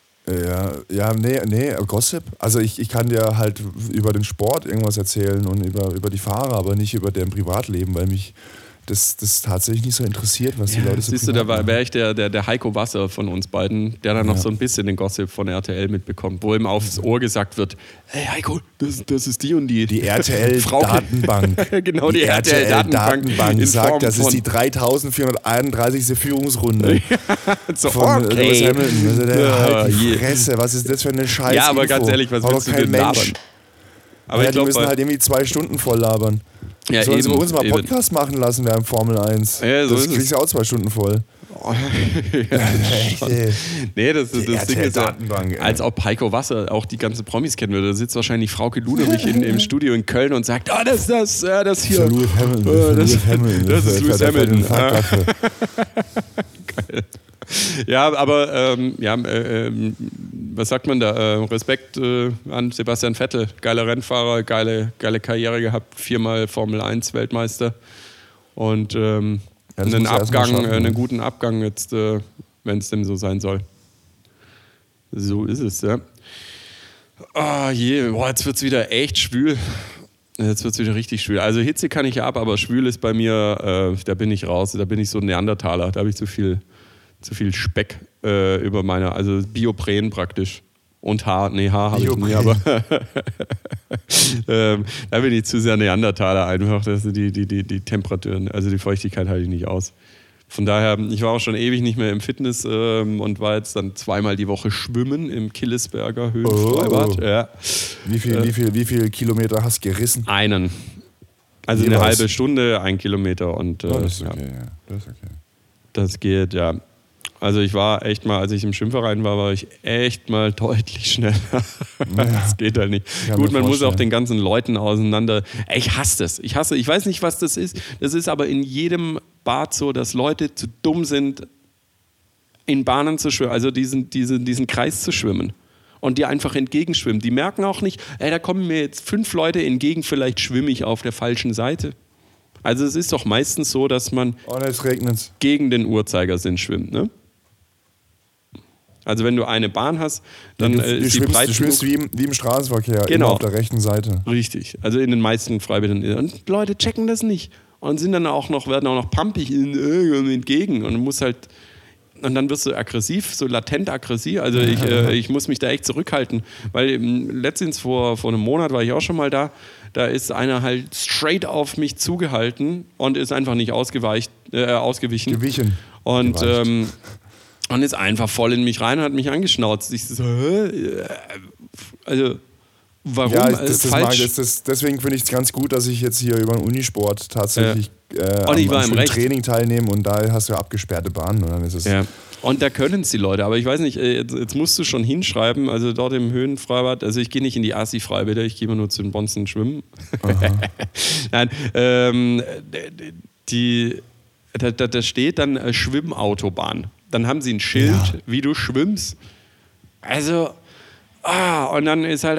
Nee, Gossip. Also ich kann dir halt über den Sport irgendwas erzählen und über die Fahrer, aber nicht über deren Privatleben, weil mich das tatsächlich nicht so interessiert, was die Leute so siehst du, da wäre ich der Heiko Wasser von uns beiden, der dann noch so ein bisschen den Gossip von RTL mitbekommt, wo ihm aufs Ohr gesagt wird, hey Heiko, das ist die und die. Die RTL-Datenbank. Genau, die RTL-Datenbank sagt, das ist die 3431. Führungsrunde von Lewis Hamilton. Also die Fresse, was ist das für eine Scheiße? Ja, aber ganz ehrlich, was willst du denn labern? Aber die müssen halt irgendwie 2 Stunden voll labern. Ja, sollen sie uns mal Podcast machen lassen während Formel 1? Ja, so das kriegst du auch 2 Stunden voll. Nee, das Ding ist ja, als ob Heiko Wasser auch die ganzen Promis kennen würde. Da sitzt wahrscheinlich Frauke Ludewig im Studio in Köln und sagt, das hier. Lewis Hamilton. Das ist Lewis Hamilton. Geil. Ja, aber was sagt man da? Respekt an Sebastian Vettel. Geiler Rennfahrer, geile Karriere gehabt, 4-mal Formel 1 Weltmeister und einen guten Abgang jetzt, wenn es dem so sein soll. So ist es, ja. Jetzt wird es wieder echt schwül. Jetzt wird es wieder richtig schwül. Also Hitze kann ich ab, aber schwül ist bei mir, da bin ich raus. Da bin ich so ein Neandertaler. Da habe ich zu viel Speck über meine, also Biopren praktisch. Und Haar habe ich nie, aber da bin ich zu sehr Neandertaler einfach. Das sind die Temperaturen, also die Feuchtigkeit halte ich nicht aus. Von daher, ich war auch schon ewig nicht mehr im Fitness und war jetzt dann 2-mal die Woche schwimmen im Killesberger Höhenfreibad. Ja. Wie viel Kilometer hast du gerissen? Einen. Also eine halbe Stunde, 1 Kilometer. Und, das ist okay, ja. Das ist okay. Das geht, ja. Also ich war echt mal, als ich im Schwimmverein war ich echt mal deutlich schneller. Das geht halt nicht. Gut, man muss auch den ganzen Leuten auseinander. Ich hasse das. Ich weiß nicht, was das ist. Das ist aber in jedem Bad so, dass Leute zu dumm sind, in Bahnen zu schwimmen, also diesen Kreis zu schwimmen. Und die einfach entgegenschwimmen. Die merken auch nicht, da kommen mir jetzt 5 Leute entgegen, vielleicht schwimme ich auf der falschen Seite. Also es ist doch meistens so, dass man gegen den Uhrzeigersinn schwimmt, ne? Also wenn du eine Bahn hast, dann du schwimmst wie im Straßenverkehr, genau. Immer auf der rechten Seite. Richtig, also in den meisten Freibädern. Und Leute checken das nicht und werden auch noch pumpig entgegen und muss halt. Und dann wirst du aggressiv, so latent aggressiv. Also ich muss mich da echt zurückhalten. Weil letztens vor einem Monat war ich auch schon mal da. Da ist einer halt straight auf mich zugehalten und ist einfach nicht ausgewichen. Und ist einfach voll in mich rein und hat mich angeschnauzt. Ich so, also Warum? Ja, Falsch. deswegen finde ich es ganz gut, dass ich jetzt hier über den Unisport tatsächlich am Training teilnehme und da hast du ja abgesperrte Bahnen und dann ist es... Ja. Und da können es die Leute, aber ich weiß nicht, jetzt musst du schon hinschreiben, also dort im Höhenfreibad, also ich gehe nicht in die Assi-Freibäder, ich gehe immer nur zu den Bonzen schwimmen. Nein, da steht dann Schwimmautobahn. Dann haben sie ein Schild, wie du schwimmst. Also, und dann ist halt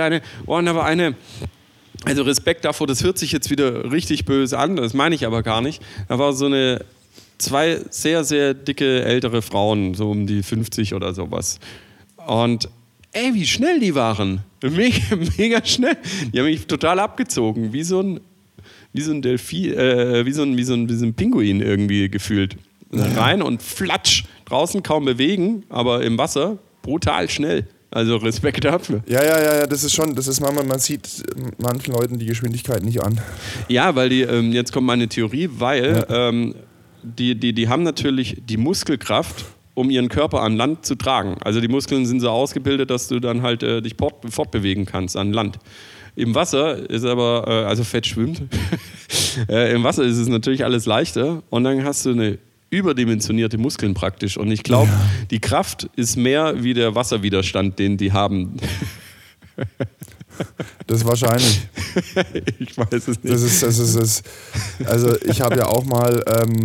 also Respekt davor, das hört sich jetzt wieder richtig böse an, das meine ich aber gar nicht. Da war so zwei sehr, sehr dicke ältere Frauen, so um die 50 oder sowas. Und wie schnell die waren. Mega schnell. Die haben mich total abgezogen, wie so ein Delfin, wie so ein Pinguin irgendwie gefühlt. Rein und flatsch, draußen kaum bewegen, aber im Wasser brutal schnell. Also Respekt dafür. Ja, das ist man sieht manchen Leuten die Geschwindigkeit nicht an. Ja, weil jetzt kommt meine Theorie, weil die haben natürlich die Muskelkraft, um ihren Körper an Land zu tragen. Also die Muskeln sind so ausgebildet, dass du dann halt dich fortbewegen kannst an Land. Im Wasser ist aber, also Fett schwimmt, im Wasser ist es natürlich alles leichter und dann hast du eine überdimensionierte Muskeln praktisch. Und ich glaube, die Kraft ist mehr wie der Wasserwiderstand, den die haben. Das ist wahrscheinlich. Ich weiß es nicht. Das ist also ich habe ja auch mal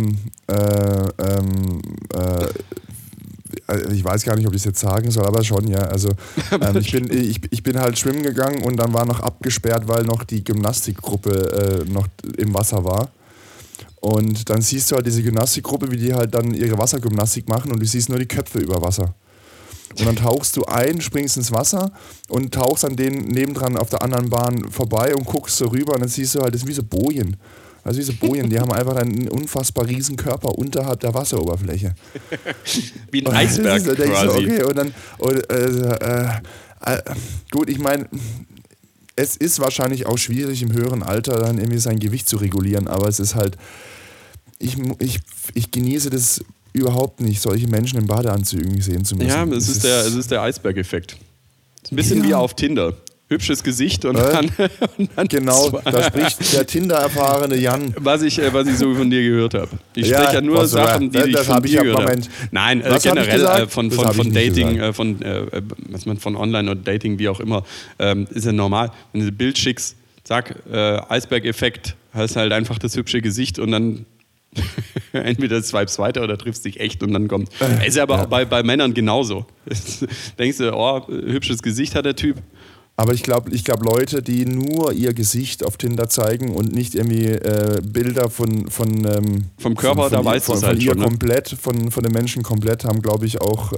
ich weiß gar nicht, ob ich es jetzt sagen soll, aber schon, ja. Also ich bin halt schwimmen gegangen und dann war noch abgesperrt, weil noch die Gymnastikgruppe noch im Wasser war. Und dann siehst du halt diese Gymnastikgruppe, wie die halt dann ihre Wassergymnastik machen und du siehst nur die Köpfe über Wasser. Und dann tauchst du ein, springst ins Wasser und tauchst an denen nebendran auf der anderen Bahn vorbei und guckst so rüber und dann siehst du halt, das ist wie so Bojen. Also diese Bojen, die haben einfach einen unfassbar riesen Körper unterhalb der Wasseroberfläche. Wie ein Eisberg quasi. So, okay, und dann, gut, ich meine, es ist wahrscheinlich auch schwierig im höheren Alter dann irgendwie sein Gewicht zu regulieren, aber es ist halt, ich genieße das überhaupt nicht, solche Menschen in Badeanzügen sehen zu müssen. Ja, es ist der Eisberg-Effekt. Ein bisschen wie auf Tinder. Hübsches Gesicht und dann genau, da spricht der Tinder-erfahrene Jan. Was ich so von dir gehört habe. Ich spreche ja nur Sachen, die ich von dir gehört habe. Nein, generell von Dating, von Online oder Dating, wie auch immer, ist ja normal. Wenn du ein Bild schickst, sag Eisberg-Effekt, hast halt einfach das hübsche Gesicht und dann entweder swipes weiter oder triffst dich echt und dann kommt. Ist ja aber auch bei Männern genauso. Denkst du, hübsches Gesicht hat der Typ. Aber ich glaube, Leute, die nur ihr Gesicht auf Tinder zeigen und nicht irgendwie Bilder vom Körper, da weißt du es halt schon. Von den Menschen komplett, haben, glaube ich, auch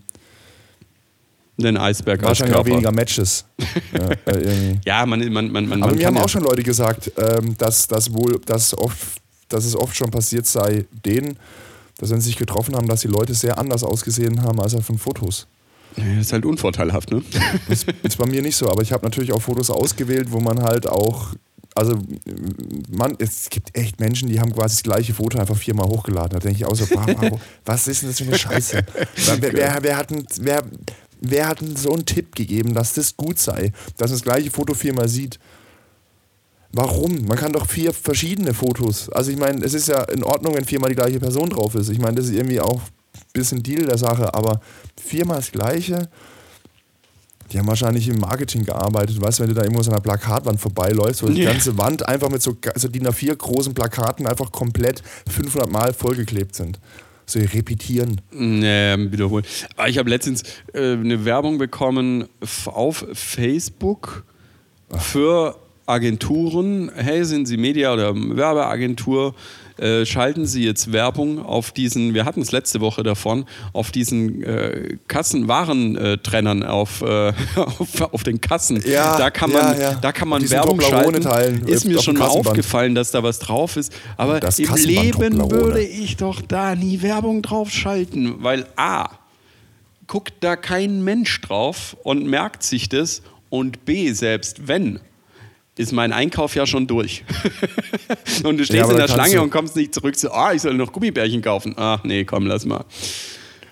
den Eisberg wahrscheinlich auch weniger Matches. Ja, man aber mir haben auch schon Leute gesagt, dass es oft schon passiert sei, dass wenn sie sich getroffen haben, dass die Leute sehr anders ausgesehen haben als von Fotos. Ja, das ist halt unvorteilhaft, ne? Das ist bei mir nicht so, aber ich habe natürlich auch Fotos ausgewählt, wo man halt auch, es gibt echt Menschen, die haben quasi das gleiche Foto einfach 4-mal hochgeladen. Da denke ich auch so, wow, was ist denn das für eine Scheiße? Wer hat denn so einen Tipp gegeben, dass das gut sei, dass man das gleiche Foto 4-mal sieht? Warum? Man kann doch 4 verschiedene Fotos. Also ich meine, es ist ja in Ordnung, wenn 4-mal die gleiche Person drauf ist. Ich meine, das ist irgendwie auch bisschen Deal der Sache, aber 4-mal das Gleiche. Die haben wahrscheinlich im Marketing gearbeitet. Weißt du, wenn du da irgendwo so einer Plakatwand vorbeiläufst, wo die ganze Wand einfach mit so DIN A4 großen Plakaten einfach komplett 500 Mal vollgeklebt sind. So repetieren. Wiederholen. Aber ich habe letztens eine Werbung bekommen auf Facebook für Agenturen. Hey, sind Sie Media- oder Werbeagentur? Schalten Sie jetzt Werbung auf diesen, wir hatten es letzte Woche davon, auf diesen Kassenwarentrennern auf den Kassen. Ja, da kann man Werbung schalten. Ist mir schon mal aufgefallen, dass da was drauf ist. Aber im Leben würde ich doch da nie Werbung drauf schalten, weil A, guckt da kein Mensch drauf und merkt sich das und B, selbst wenn, ist mein Einkauf ja schon durch. Und du stehst in der Schlange und kommst nicht zurück zu, ich soll noch Gummibärchen kaufen. Ach nee, komm, lass mal.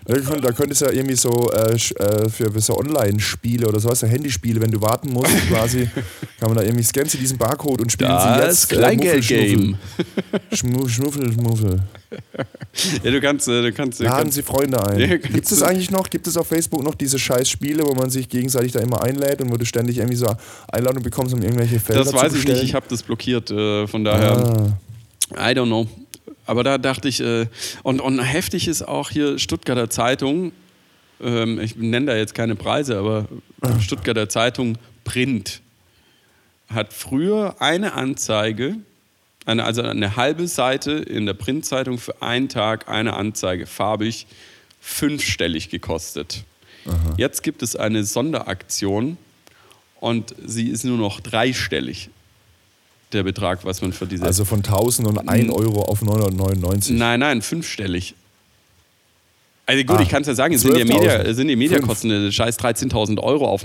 Da könntest du ja irgendwie so für so Online-Spiele oder sowas, so Handyspiele, wenn du warten musst, quasi, kann man da irgendwie scannen sie diesen Barcode und spielen sie jetzt Kleingeld-Game. Schmuffel. Ja, du kannst Laden Sie Freunde ein. Ja, Gibt es eigentlich noch, gibt es auf Facebook noch diese scheiß Spiele, wo man sich gegenseitig da immer einlädt und wo du ständig irgendwie so Einladung bekommst, um irgendwelche Felder zu bestellen? Das weiß ich nicht, ich habe das blockiert, von daher, I don't know. Aber da dachte ich, und heftig ist auch hier Stuttgarter Zeitung, ich nenne da jetzt keine Preise, aber Stuttgarter Zeitung Print hat früher eine Anzeige, also eine halbe Seite in der Printzeitung für einen Tag, eine Anzeige, farbig, 5-stellig gekostet. Aha. Jetzt gibt es eine Sonderaktion und sie ist nur noch 3-stellig. Der Betrag, was man für diese... Also von 1.001 Euro auf 999. Nein, 5-stellig. Also gut, ich kann es ja sagen, es sind die Mediakosten, scheiß 13.000 Euro auf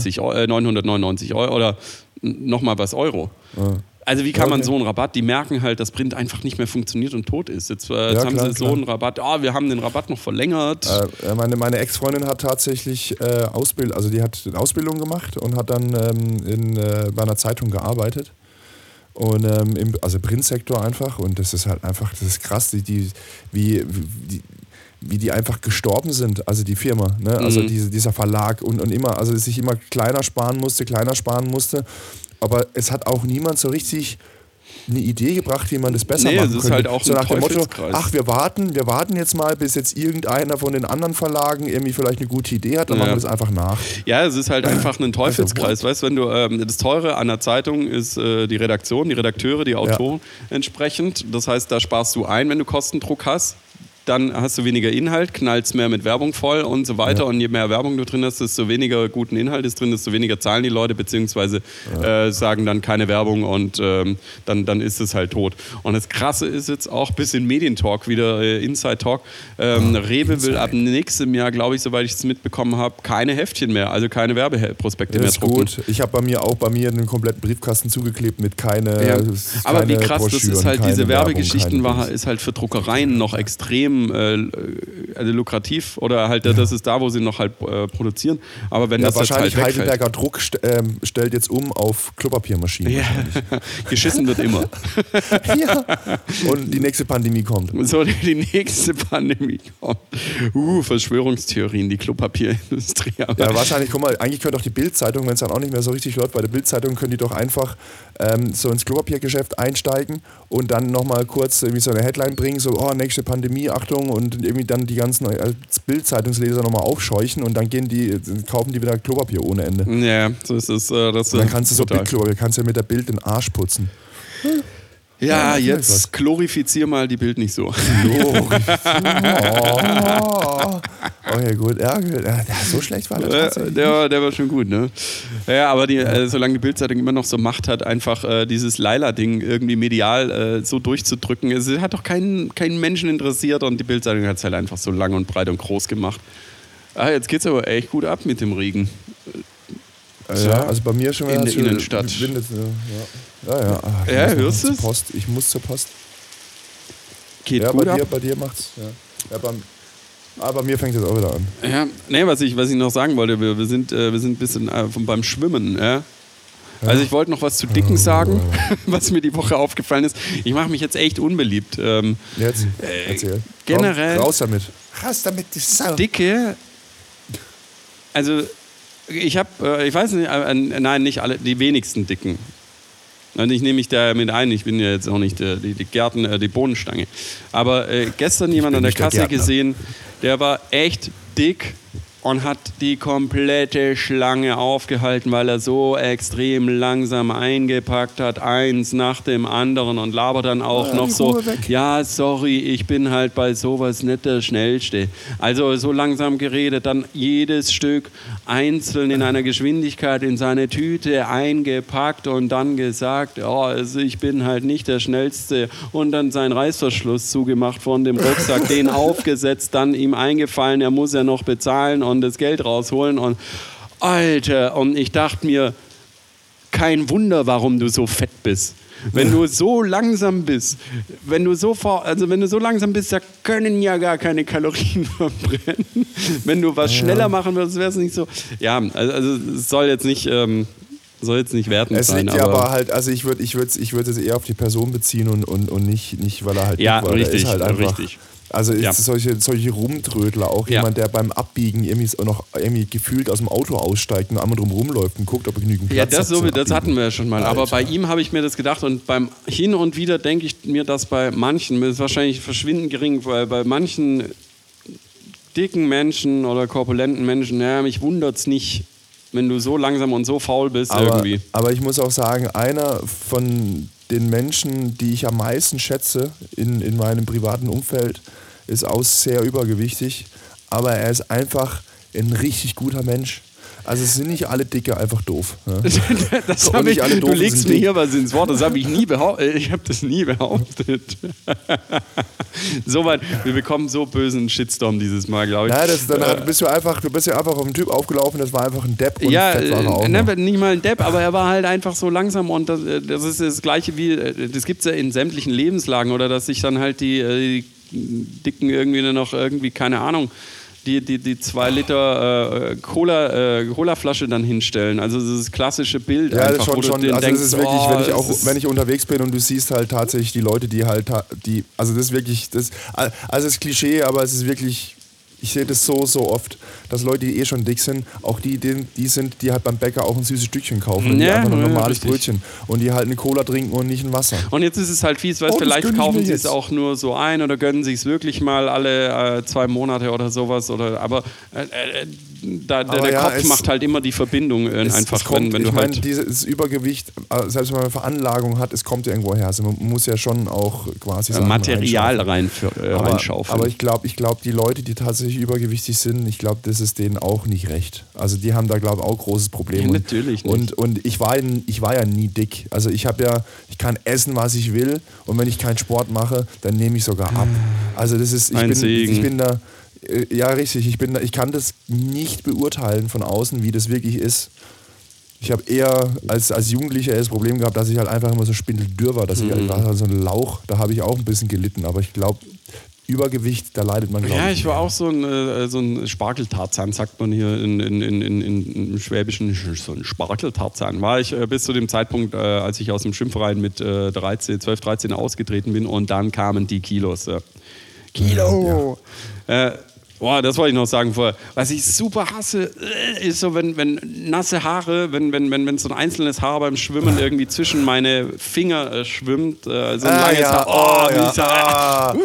999 Euro oder nochmal was Euro. Ja. Also wie kann man so einen Rabatt, die merken halt, dass Print einfach nicht mehr funktioniert und tot ist. Jetzt haben sie so einen Rabatt, wir haben den Rabatt noch verlängert. Meine Ex-Freundin hat tatsächlich die hat eine Ausbildung gemacht und hat dann bei einer Zeitung gearbeitet. Und im Printsektor einfach. Und das ist halt einfach, das ist krass, wie die einfach gestorben sind, also die Firma, ne? Also dieser Verlag und immer, also sich immer kleiner sparen musste. Aber es hat auch niemand so richtig eine Idee gebracht, wie man das besser machen könnte. Ist halt auch so nach dem Motto, Teufelskreis. wir warten jetzt mal, bis jetzt irgendeiner von den anderen Verlagen irgendwie vielleicht eine gute Idee hat, dann machen wir das einfach nach. Ja, es ist halt einfach ein Teufelskreis. Weißt du, wenn du das Teure an der Zeitung ist die Redaktion, die Redakteure, die Autoren entsprechend. Das heißt, da sparst du ein, wenn du Kostendruck hast. Dann hast du weniger Inhalt, knallst mehr mit Werbung voll und so weiter. Ja. Und je mehr Werbung du drin hast, desto weniger guten Inhalt ist drin, desto weniger zahlen die Leute, beziehungsweise sagen dann keine Werbung und dann ist es halt tot. Und das Krasse ist jetzt auch bis in Medientalk wieder, Inside Talk, Rewe will ab nächstem Jahr, glaube ich, soweit ich es mitbekommen habe, keine Heftchen mehr, also keine Werbeprospekte mehr drucken. Gut. Ich habe bei mir einen kompletten Briefkasten zugeklebt mit keine Aber keine wie krass Broschüren, das ist halt, diese Werbegeschichten Werbung, ist halt für Druckereien noch extrem lukrativ oder halt das ist da, wo sie noch halt produzieren. Aber wenn das wahrscheinlich halt Heidelberger Druck stellt jetzt auf Klopapiermaschinen. Ja. Geschissen wird immer. Ja. Und die nächste Pandemie kommt. So, die nächste Pandemie kommt. Verschwörungstheorien, die Klopapierindustrie. Ja, wahrscheinlich, guck mal, eigentlich könnte auch die Bild-Zeitung, wenn es dann auch nicht mehr so richtig läuft, bei der Bild-Zeitung können die doch einfach so ins Klopapiergeschäft einsteigen und dann nochmal kurz irgendwie so eine Headline bringen, so, nächste Pandemie, Achtung, und irgendwie dann die ganzen Bild-Zeitungsleser nochmal aufscheuchen und dann kaufen die wieder Klopapier ohne Ende. Ja, so ist es. Dann kannst du so Bild-Klopapier, kannst du mit der Bild den Arsch putzen. Ja, jetzt glorifizier mal die Bild nicht so. Okay, gut. Ja, so schlecht war der tatsächlich. Der war schon gut, ne? Ja, aber solange die Bildzeitung immer noch so Macht hat, einfach dieses Laila-Ding irgendwie medial so durchzudrücken, es hat doch keinen Menschen interessiert und die Bildzeitung hat es halt einfach so lang und breit und groß gemacht. Jetzt geht's aber echt gut ab mit dem Regen. Ja, also bei mir schon in der Innenstadt. Ja. Ach, hörst du es? Ich muss zur Post. Geht gut ab? Bei dir macht's. Ja, bei mir fängt es auch wieder an. Ja, nee, was ich noch sagen wollte, wir sind ein bisschen beim Schwimmen. Ja? Also ich wollte noch was zu Dicken sagen, was mir die Woche aufgefallen ist. Ich mache mich jetzt echt unbeliebt. Jetzt? Erzähl. Generell. Raus damit. Raus damit, die Sau. Dicke. Also ich weiß nicht, nein, nicht alle, die wenigsten Dicken. Und ich nehme mich da mit ein, ich bin ja jetzt auch nicht die Bohnenstange. Aber gestern jemand an der Kasse gesehen, der war echt dick und hat die komplette Schlange aufgehalten, weil er so extrem langsam eingepackt hat, eins nach dem anderen und labert dann auch noch so, ja, sorry, ich bin halt bei sowas nicht der Schnellste. Also so langsam geredet, dann jedes Stück einzeln in einer Geschwindigkeit in seine Tüte eingepackt und dann gesagt, also ich bin halt nicht der Schnellste und dann seinen Reißverschluss zugemacht von dem Rucksack, den aufgesetzt, dann ihm eingefallen, er muss ja noch bezahlen und das Geld rausholen und Alter, und ich dachte mir, kein Wunder, warum du so fett bist. Wenn du so langsam bist, wenn du so langsam bist, da können ja gar keine Kalorien verbrennen. Wenn du was schneller machen würdest, wäre es nicht so. Ja, also es soll jetzt nicht wertend sein. Es liegt ja aber halt, also ich würde es eher auf die Person beziehen und nicht weil er halt ja, war. Richtig, ist halt einfach, richtig. Also solche Rumtrödler, auch jemand, der beim Abbiegen irgendwie gefühlt aus dem Auto aussteigt und einmal drum rumläuft und guckt, ob er genügend Platz hat. Ja, das hatten wir ja schon mal. Alter. Aber bei ihm habe ich mir das gedacht und beim Hin und Wieder denke ich mir das bei manchen, das ist wahrscheinlich verschwindend gering, weil bei manchen dicken Menschen oder korpulenten Menschen, mich wundert es nicht, wenn du so langsam und so faul bist irgendwie. Aber ich muss auch sagen, einer von den Menschen, die ich am meisten schätze in meinem privaten Umfeld, ist auch sehr übergewichtig, aber er ist einfach ein richtig guter Mensch. Also es sind nicht alle Dicke einfach doof. Ja? Du legst mir hier was ins Wort, das habe ich nie behauptet. Ich habe das nie behauptet. Soweit, wir bekommen so bösen Shitstorm dieses Mal, glaube ich. Ja, du bist ja einfach auf einen Typ aufgelaufen, das war einfach ein Depp und Fett war er auch noch. Nicht mal ein Depp, aber er war halt einfach so langsam und das ist das Gleiche wie, das gibt es ja in sämtlichen Lebenslagen oder dass sich dann halt die Dicken irgendwie nur noch keine Ahnung, die 2 Liter Cola-Flasche dann hinstellen. Also das ist das klassische Bild. Ja, einfach, schon. Also denkst, das ist wirklich, wenn ich unterwegs bin und du siehst halt tatsächlich die Leute, also das ist wirklich, also es ist Klischee, aber es ist wirklich, ich sehe das so oft, dass Leute, die schon dick sind, auch die halt beim Bäcker auch ein süßes Stückchen kaufen und die einfach ein normales Brötchen und die halt eine Cola trinken und nicht ein Wasser. Und jetzt ist es halt fies, weil vielleicht kaufen sie es auch nur so ein oder gönnen sie es wirklich mal alle 2 Monate oder sowas. Aber der Kopf macht halt immer die Verbindung einfach, wenn du halt... Dieses Übergewicht, selbst wenn man eine Veranlagung hat, es kommt ja irgendwo her. Also man muss ja schon auch quasi Material reinschaufeln. Aber ich glaube, die Leute, die tatsächlich übergewichtig sind, ich glaube, das ist denen auch nicht recht. Also die haben da, glaube ich, auch großes Problem. Ja, natürlich nicht. Und ich war ja nie dick. Also ich kann essen, was ich will und wenn ich keinen Sport mache, dann nehme ich sogar ab. Also ich bin da... Ja, richtig. Ich kann das nicht beurteilen von außen, wie das wirklich ist. Ich habe eher als Jugendlicher das Problem gehabt, dass ich halt einfach immer so spindeldürr war. Dass ich halt so ein Lauch, da habe ich auch ein bisschen gelitten. Aber ich glaube, Übergewicht, da leidet man, glaube ich. Ja, ich war auch so ein Spargeltarzan, sagt man hier im Schwäbischen. So ein Spargeltarzan war ich bis zu dem Zeitpunkt, als ich aus dem Schwimmverein mit 12, 13 ausgetreten bin. Und dann kamen die Kilos. Kilo! Ja. Das wollte ich noch sagen vorher. Was ich super hasse, ist so, wenn nasse Haare, wenn so ein einzelnes Haar beim Schwimmen irgendwie zwischen meine Finger schwimmt. So ein langes Haar.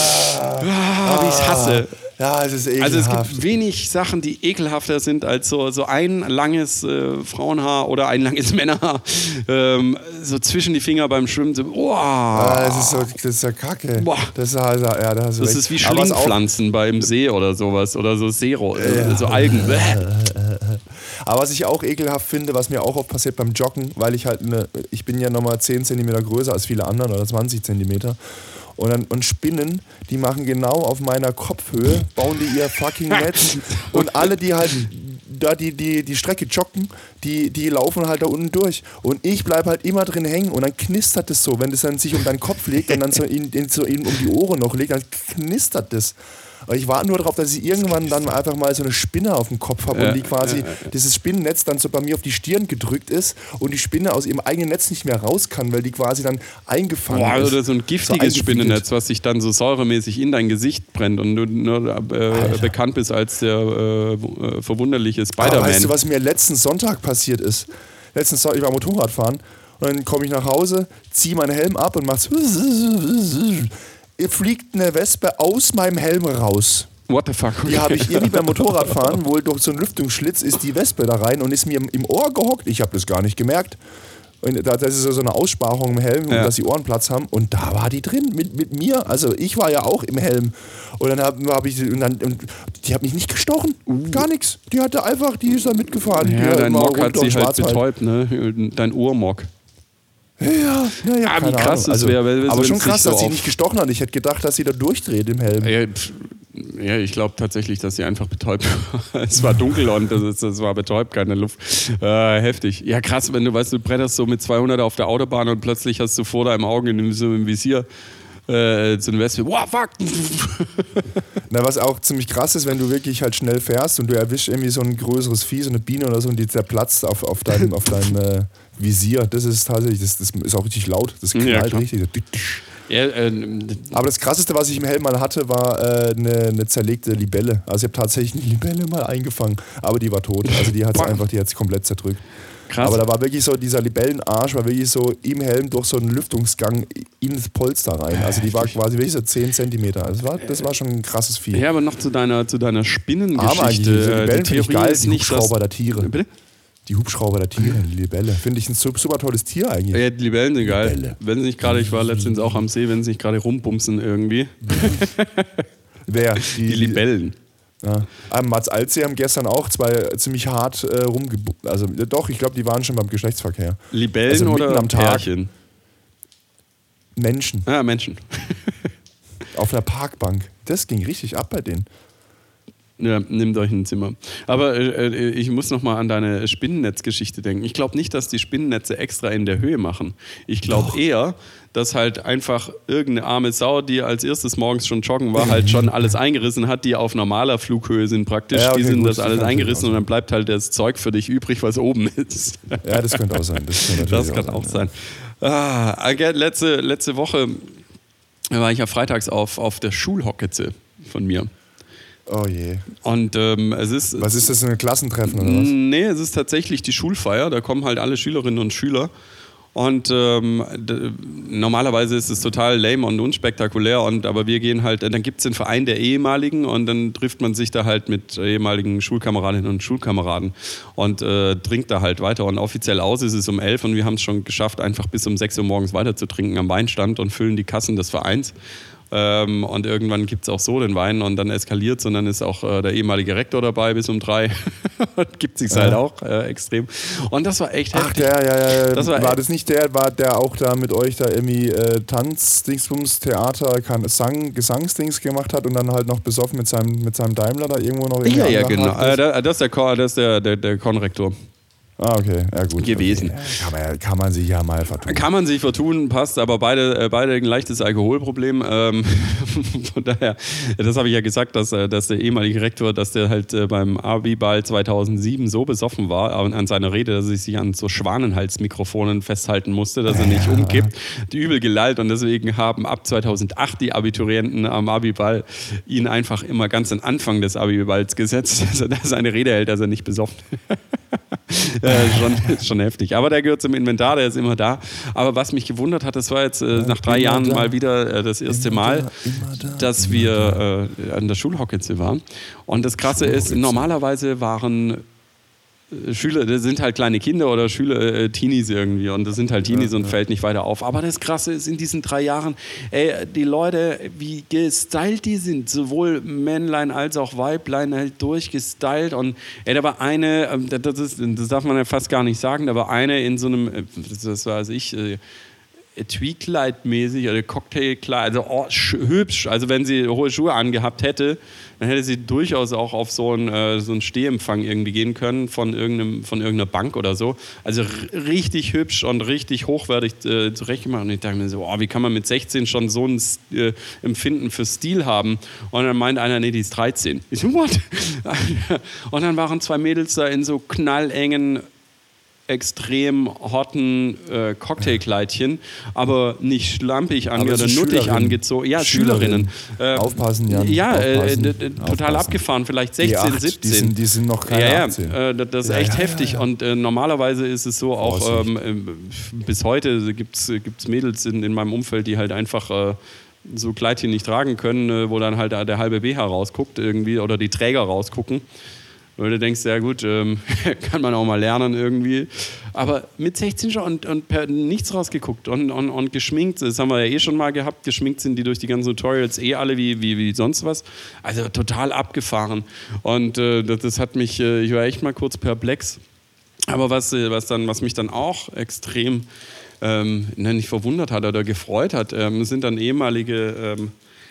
Wie ich es hasse. Ja, es ist ekelhaft. Also es gibt wenig Sachen, die ekelhafter sind als so ein langes Frauenhaar oder ein langes Männerhaar so zwischen die Finger beim Schwimmen. So, das ist ja Kacke. Boah. Das ist wie Schlingpflanzen beim See oder sowas oder so so Algen. Aber was ich auch ekelhaft finde, was mir auch oft passiert beim Joggen, weil ich bin ja nochmal 10 cm größer als viele anderen oder 20 cm. Und Spinnen, die machen genau auf meiner Kopfhöhe, bauen die ihr fucking Netz. Und alle, die halt da die Strecke joggen, die laufen halt da unten durch. Und ich bleibe halt immer drin hängen und dann knistert es so. Wenn das dann sich um deinen Kopf legt und dann so ihn um die Ohren noch legt, dann knistert das. Aber ich warte nur darauf, dass ich irgendwann dann einfach mal so eine Spinne auf dem Kopf habe und die quasi dieses Spinnennetz dann so bei mir auf die Stirn gedrückt ist und die Spinne aus ihrem eigenen Netz nicht mehr raus kann, weil die quasi dann eingefangen ist. Oder so ein giftiges Spinnennetz, was sich dann so säuremäßig in dein Gesicht brennt und du nur bekannt bist als der verwunderliche Spider-Man. Aber weißt du, was mir letzten Sonntag passiert ist? Ich war Motorradfahren und dann komme ich nach Hause, ziehe meinen Helm ab und mach's. Fliegt eine Wespe aus meinem Helm raus. What the fuck? Die habe ich irgendwie beim Motorradfahren, wohl durch so einen Lüftungsschlitz ist die Wespe da rein und ist mir im Ohr gehockt. Ich habe das gar nicht gemerkt. Und das ist so eine Aussparung im Helm, dass die Ohren Platz haben. Und da war die drin mit mir. Also ich war ja auch im Helm. Und dann die hat mich nicht gestochen. Gar nichts. Die ist da mitgefahren. Ja, dein Mock hat sich halt betäubt, ne? Dein Ohrmock. Ja, wie krass das wäre. Aber schon krass, dass sie nicht gestochen hat. Ich hätte gedacht, dass sie da durchdreht im Helm. Ja, ich glaube tatsächlich, dass sie einfach betäubt war. Es war dunkel und es war betäubt, keine Luft. Heftig. Ja, krass, wenn du weißt, du bretterst so mit 200 auf der Autobahn und plötzlich hast du vor deinem Auge so im Visier so eine Wespe. Wow, fuck! Na, was auch ziemlich krass ist, wenn du wirklich halt schnell fährst und du erwischst irgendwie so ein größeres Vieh, so eine Biene oder so, und die zerplatzt auf deinem Visier. Das ist tatsächlich, das ist auch richtig laut. Das knallt richtig. Ja, aber das Krasseste, was ich im Helm mal hatte, war eine zerlegte Libelle. Also ich habe tatsächlich eine Libelle mal eingefangen, aber die war tot. Also die hat es komplett zerdrückt. Krass. Aber da war wirklich so, dieser Libellenarsch war wirklich so im Helm durch so einen Lüftungsgang ins Polster rein. Also die war quasi wirklich so 10 Zentimeter. Das war schon ein krasses Vieh. Ja, aber noch zu deiner Spinnengeschichte. Aber die Libellen finde ich geil, die Hubschrauber der Tiere. Bitte? Die Hubschrauber der Tiere, die Libelle. Finde ich ein super tolles Tier eigentlich. Ja, die Libellen sind geil. Libelle. Wenn sie nicht gerade, ich war letztens auch am See, wenn sie nicht gerade rumbumsen irgendwie. Wer? Die Libellen. Ja. Mats Altsee haben gestern auch zwei ziemlich hart rumgebumst. Also doch, ich glaube, die waren schon beim Geschlechtsverkehr. Libellen also oder am Tag. Pärchen? Menschen. Ah, Menschen. Auf einer Parkbank. Das ging richtig ab bei denen. Ja, nehmt euch ein Zimmer. Aber ich muss nochmal an deine Spinnennetzgeschichte denken. Ich glaube nicht, dass die Spinnennetze extra in der Höhe machen. Ich glaube eher, dass halt einfach irgendeine arme Sau, die als erstes morgens schon joggen war, halt schon alles eingerissen hat, die auf normaler Flughöhe sind praktisch. Ja, okay, die sind gut, das alles eingerissen und dann bleibt halt das Zeug für dich übrig, was oben ist. Ja, das könnte auch sein. Das kann auch sein. Letzte Woche war ich ja freitags auf der Schulhocketze von mir. Oh je. Und es ist... Was ist das, ein Klassentreffen oder was? Nee, es ist tatsächlich die Schulfeier. Da kommen halt alle Schülerinnen und Schüler. Und normalerweise ist es total lame und unspektakulär. Aber wir gehen halt, dann gibt es den Verein der Ehemaligen und dann trifft man sich da halt mit ehemaligen Schulkameradinnen und Schulkameraden und trinkt da halt weiter. Und offiziell aus ist es um 11 und wir haben es schon geschafft, einfach bis um 6 Uhr morgens weiter zu trinken am Weinstand und füllen die Kassen des Vereins. Und irgendwann gibt es auch so den Wein und dann eskaliert es und dann ist auch der ehemalige Rektor dabei bis um 3 und gibt sich halt auch extrem. Und das war echt heftig. Ach, ja. War das nicht der auch da mit euch da irgendwie Tanz-Dingsbums, Theater, Gesangsdings gemacht hat und dann halt noch besoffen mit seinem Daimler da irgendwo noch irgendwie. Ja, genau. Das ist der Konrektor. Ah, okay. Ja, gut. Gewesen. Okay. Kann man sich ja mal vertun. Kann man sich vertun, passt, aber beide ein leichtes Alkoholproblem. Von daher, das habe ich ja gesagt, dass der ehemalige Rektor, dass der halt beim Abi-Ball 2007 so besoffen war an seiner Rede, dass er sich an so Schwanenhalsmikrofonen festhalten musste, dass er nicht umkippt, die übel gelallt und deswegen haben ab 2008 die Abiturienten am Abi-Ball ihn einfach immer ganz am Anfang des Abi-Balls gesetzt, dass er da seine Rede hält, dass er nicht besoffen schon heftig. Aber der gehört zum Inventar, der ist immer da. Aber was mich gewundert hat, das war jetzt nach 3 Jahren mal wieder das erste Mal, dass wir an der Schulhocketze waren. Und das Krasse ist, normalerweise waren Schüler, das sind halt kleine Kinder oder Schüler, Teenies irgendwie und das sind halt Teenies und fällt nicht weiter auf. Aber das Krasse ist, in diesen 3 Jahren, die Leute, wie gestylt die sind, sowohl Männlein als auch Weiblein halt durchgestylt und da war eine, das darf man ja fast gar nicht sagen, da war eine in so einem, das weiß ich, Tweedkleid-mäßig oder Cocktailkleid, also hübsch. Also wenn sie hohe Schuhe angehabt hätte, dann hätte sie durchaus auch auf so einen Stehempfang irgendwie gehen können von irgendeiner Bank oder so. Also richtig hübsch und richtig hochwertig zurechtgemacht. Und ich dachte mir so, wie kann man mit 16 schon so ein Empfinden für Stil haben? Und dann meint einer, nee, die ist 13. Ich so, what? Und dann waren 2 Mädels da in so knallengen, extrem hotten Cocktailkleidchen, aber nicht schlampig oder nuttig angezogen. Ja, Schülerinnen. Aufpassen, Jan. Ja, aufpassen. Total abgefahren, vielleicht 16, 17. Die sind noch keine 18. Das ist echt heftig. Und normalerweise ist es so auch, bis heute gibt es Mädels in meinem Umfeld, die halt einfach so Kleidchen nicht tragen können, wo dann halt der halbe BH rausguckt irgendwie oder die Träger rausgucken. Weil du denkst, ja gut, kann man auch mal lernen irgendwie. Aber mit 16 schon und nichts rausgeguckt und geschminkt, das haben wir ja schon mal gehabt, geschminkt sind die durch die ganzen Tutorials alle wie sonst was. Also total abgefahren. Und das hat mich, ich war echt mal kurz perplex. Aber was mich dann auch extrem nicht verwundert hat oder gefreut hat, sind dann ehemalige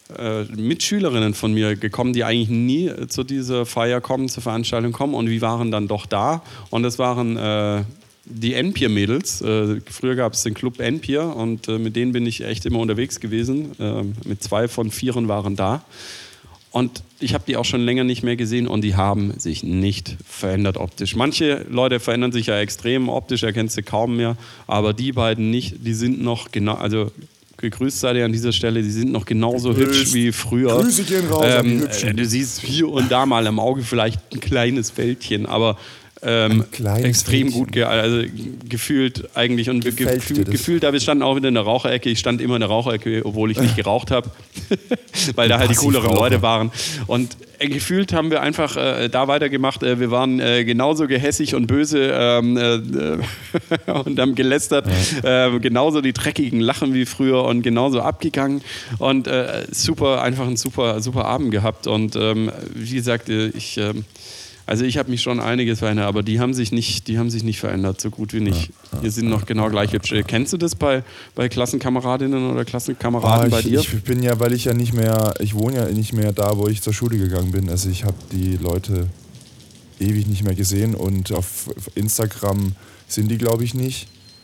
Mitschülerinnen von mir gekommen, die eigentlich nie zu dieser Feier kommen, zur Veranstaltung kommen und wir waren dann doch da und das waren die Enpier-Mädels. Früher gab es den Club Enpier und mit denen bin ich echt immer unterwegs gewesen. Mit 2 von 4 waren da. Und ich habe die auch schon länger nicht mehr gesehen und die haben sich nicht verändert optisch. Manche Leute verändern sich ja extrem optisch, erkennst du kaum mehr, aber die beiden nicht, die sind noch genau, also gegrüßt seid ihr an dieser Stelle, die sind noch genauso hübsch wie früher. Grüße gehen raus an die Hübschen. Du siehst hier und da mal am Auge vielleicht ein kleines Fältchen, aber extrem gut gefühlt eigentlich und gefühlt, da wir standen auch wieder in der Raucherecke. Ich stand immer in der Raucherecke, obwohl ich nicht geraucht habe, weil da halt die cooleren Leute waren. Und gefühlt haben wir einfach da weitergemacht. Wir waren genauso gehässig und böse und haben gelästert. Genauso die dreckigen Lachen wie früher und genauso abgegangen. Und einfach einen super Abend gehabt. Und wie gesagt, ich habe mich schon einiges verändert, aber die haben sich nicht verändert, so gut wie nicht. Wir sind noch genau gleich hübsch. Kennst du das bei Klassenkameradinnen oder Klassenkameraden bei dir? Ich wohne ja nicht mehr da, wo ich zur Schule gegangen bin. Also ich habe die Leute ewig nicht mehr gesehen und auf Instagram sind die, glaube ich, nicht.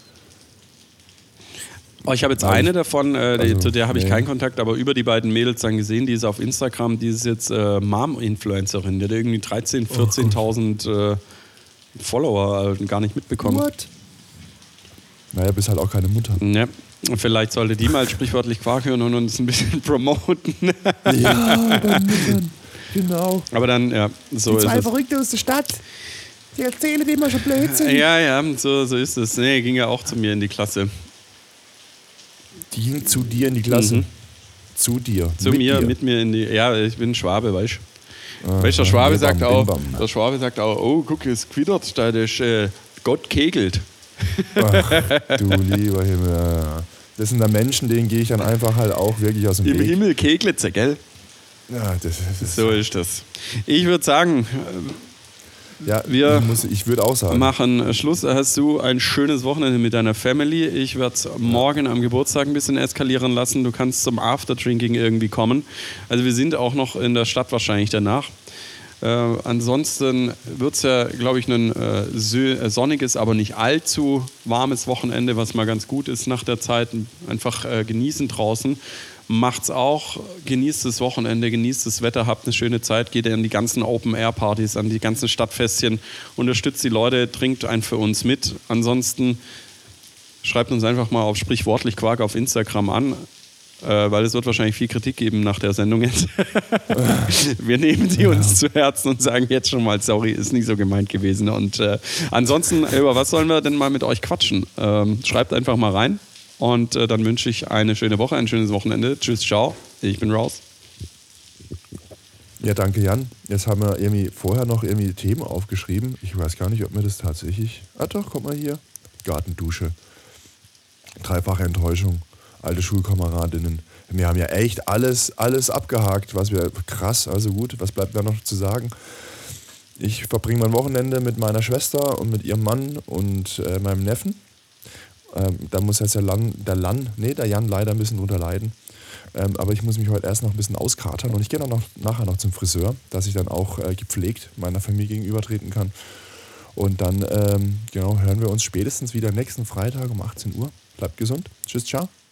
Oh, ich habe jetzt eine davon, zu der habe ich keinen Kontakt, aber über die beiden Mädels dann gesehen, die ist auf Instagram, die ist jetzt Mom-Influencerin, die hat irgendwie 13.000, 14.000 Follower gar nicht mitbekommen. What? Naja, bist halt auch keine Mutter. Ja, vielleicht sollte die mal sprichwörtlich Quark hören und uns ein bisschen promoten. Ja, bei Müttern, genau. Aber dann, ja, so die ist zwei es. Verrückte aus der Stadt, die erzählen immer schon Blödsinn. Ja, so ist es. Nee, ging ja auch zu mir in die Klasse. Die ging zu dir in die Klasse? Zu dir? Mit mir in die... Ja, ich bin Schwabe, weißt du. Weißt du, der Schwabe sagt auch, oh, guck, es quittert, da ist Gott kegelt. Ach, du lieber Himmel. Das sind da Menschen, denen gehe ich dann einfach halt auch wirklich aus dem Weg. Im Himmel kegelt sie, gell? Ja, so ist das. Ich würde sagen... Ja, ich würde auch sagen. Machen Schluss. Hast du ein schönes Wochenende mit deiner Family. Ich werde es morgen am Geburtstag ein bisschen eskalieren lassen. Du kannst zum Afterdrinking irgendwie kommen. Also wir sind auch noch in der Stadt wahrscheinlich danach. Ansonsten wird es ja, glaube ich, ein sonniges, aber nicht allzu warmes Wochenende, was mal ganz gut ist nach der Zeit. Einfach genießen draußen. Macht's auch, genießt das Wochenende, genießt das Wetter, habt eine schöne Zeit, geht an die ganzen Open-Air-Partys, an die ganzen Stadtfestchen, unterstützt die Leute, trinkt einen für uns mit. Ansonsten schreibt uns einfach mal auf sprichwörtlich Quark auf Instagram an, weil es wird wahrscheinlich viel Kritik geben nach der Sendung jetzt. Wir nehmen sie uns zu Herzen und sagen jetzt schon mal, sorry, ist nicht so gemeint gewesen. Und ansonsten, über was sollen wir denn mal mit euch quatschen? Schreibt einfach mal rein. Und dann wünsche ich eine schöne Woche, ein schönes Wochenende. Tschüss, ciao. Ich bin raus. Ja, danke Jan. Jetzt haben wir irgendwie vorher noch irgendwie Themen aufgeschrieben. Ich weiß gar nicht, ob mir das tatsächlich... Ah doch, guck mal hier. Gartendusche. Dreifache Enttäuschung. Alte Schulkameradinnen. Wir haben ja echt alles abgehakt, was wir... Krass, also gut. Was bleibt da noch zu sagen? Ich verbringe mein Wochenende mit meiner Schwester und mit ihrem Mann und meinem Neffen. Da muss jetzt der Jan leider ein bisschen drunter leiden. Aber ich muss mich heute erst noch ein bisschen auskatern und ich gehe dann nachher noch zum Friseur, dass ich dann auch gepflegt meiner Familie gegenübertreten kann. Und dann hören wir uns spätestens wieder nächsten Freitag um 18 Uhr. Bleibt gesund. Tschüss, ciao.